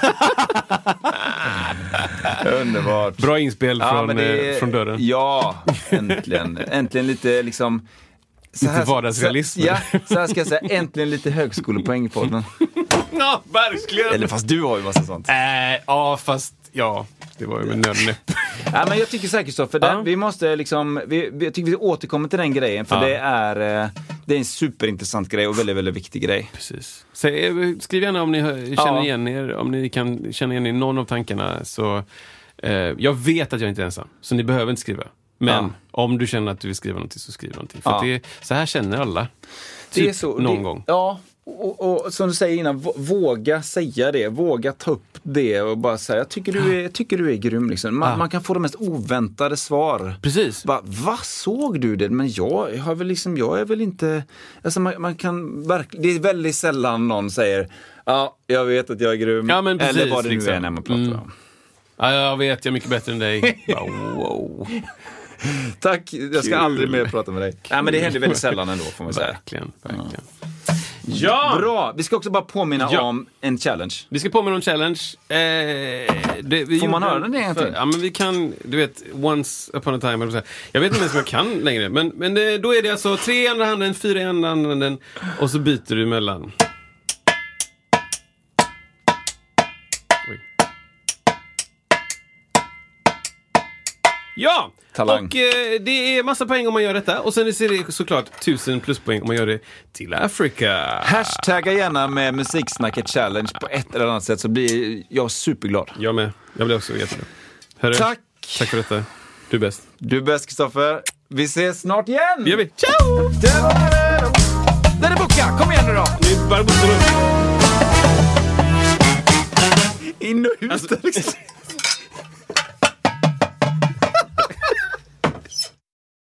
Underbart. Bra inspel ja, från, det, från dörren. Ja, äntligen. Äntligen lite liksom... Så lite här, vardagsrealism. Så, ja, så här ska jag säga. Äntligen lite högskolepoäng i podden. Ja, verkligen. Eller fast du har ju massa sånt. Äh, ja, fast... Ja, det var ju med nödnäpp. Ja, men jag tycker säkert så, för ja. vi måste liksom, vi, vi, jag tycker vi återkommer till den grejen, för ja. det är det är en superintressant grej och väldigt, väldigt viktig grej. Precis. Så, skriv gärna om ni känner ja. igen er, om ni kan känna igen er i någon av tankarna, så eh, jag vet att jag inte är ensam, så ni behöver inte skriva. Men ja. om du känner att du vill skriva någonting, så skriv någonting. För ja. det är, så här känner alla. Typ det är så, någon det, gång. Ja. Och, och som du säger innan, våga säga det, våga ta upp det och bara säga, jag tycker du är, jag tycker du är grym liksom. Man, ah. man kan få de mest oväntade svar. Precis. Bara, vad såg du det? Men jag, jag har väl liksom, jag är väl inte, alltså man, man kan verkligen, det är väldigt sällan någon säger, ja, jag vet att jag är grym. Ja, men precis, eller vad det nu liksom. är när man pratar mm. om. Ja, jag vet, jag är mycket bättre än dig. Bara, wow. Tack, jag ska Kul. aldrig mer prata med dig. Nej, men det händer väldigt sällan ändå, får man säga. Verkligen, verkligen. Ja. Ja! Bra! Vi ska också bara påminna ja. om en challenge. Vi ska påminna om challenge. Eh, det, vi Får man höra den egentligen? Ja, men vi kan, du vet, once upon a time. Jag vet inte ens om jag kan längre. Men, men det, då är det alltså tre i andra handen, fyra i andra handen. Och så byter du emellan. Oj. Ja! Talang. Och eh, det är massa poäng om man gör detta. Och sen är det såklart tusen pluspoäng om man gör det till Afrika. Hashtagga gärna med Musiksnacket Challenge på ett eller annat sätt, så blir jag superglad. Jag med. Jag blir också jätteglad. Hörru, tack! Tack för detta. Du är bäst. Du är bäst, Kristoffer. Vi ses snart igen! Det gör vi. Ciao! Där är Boka! Kom igen nu då! Det är bara Boka. In och ut. Alltså.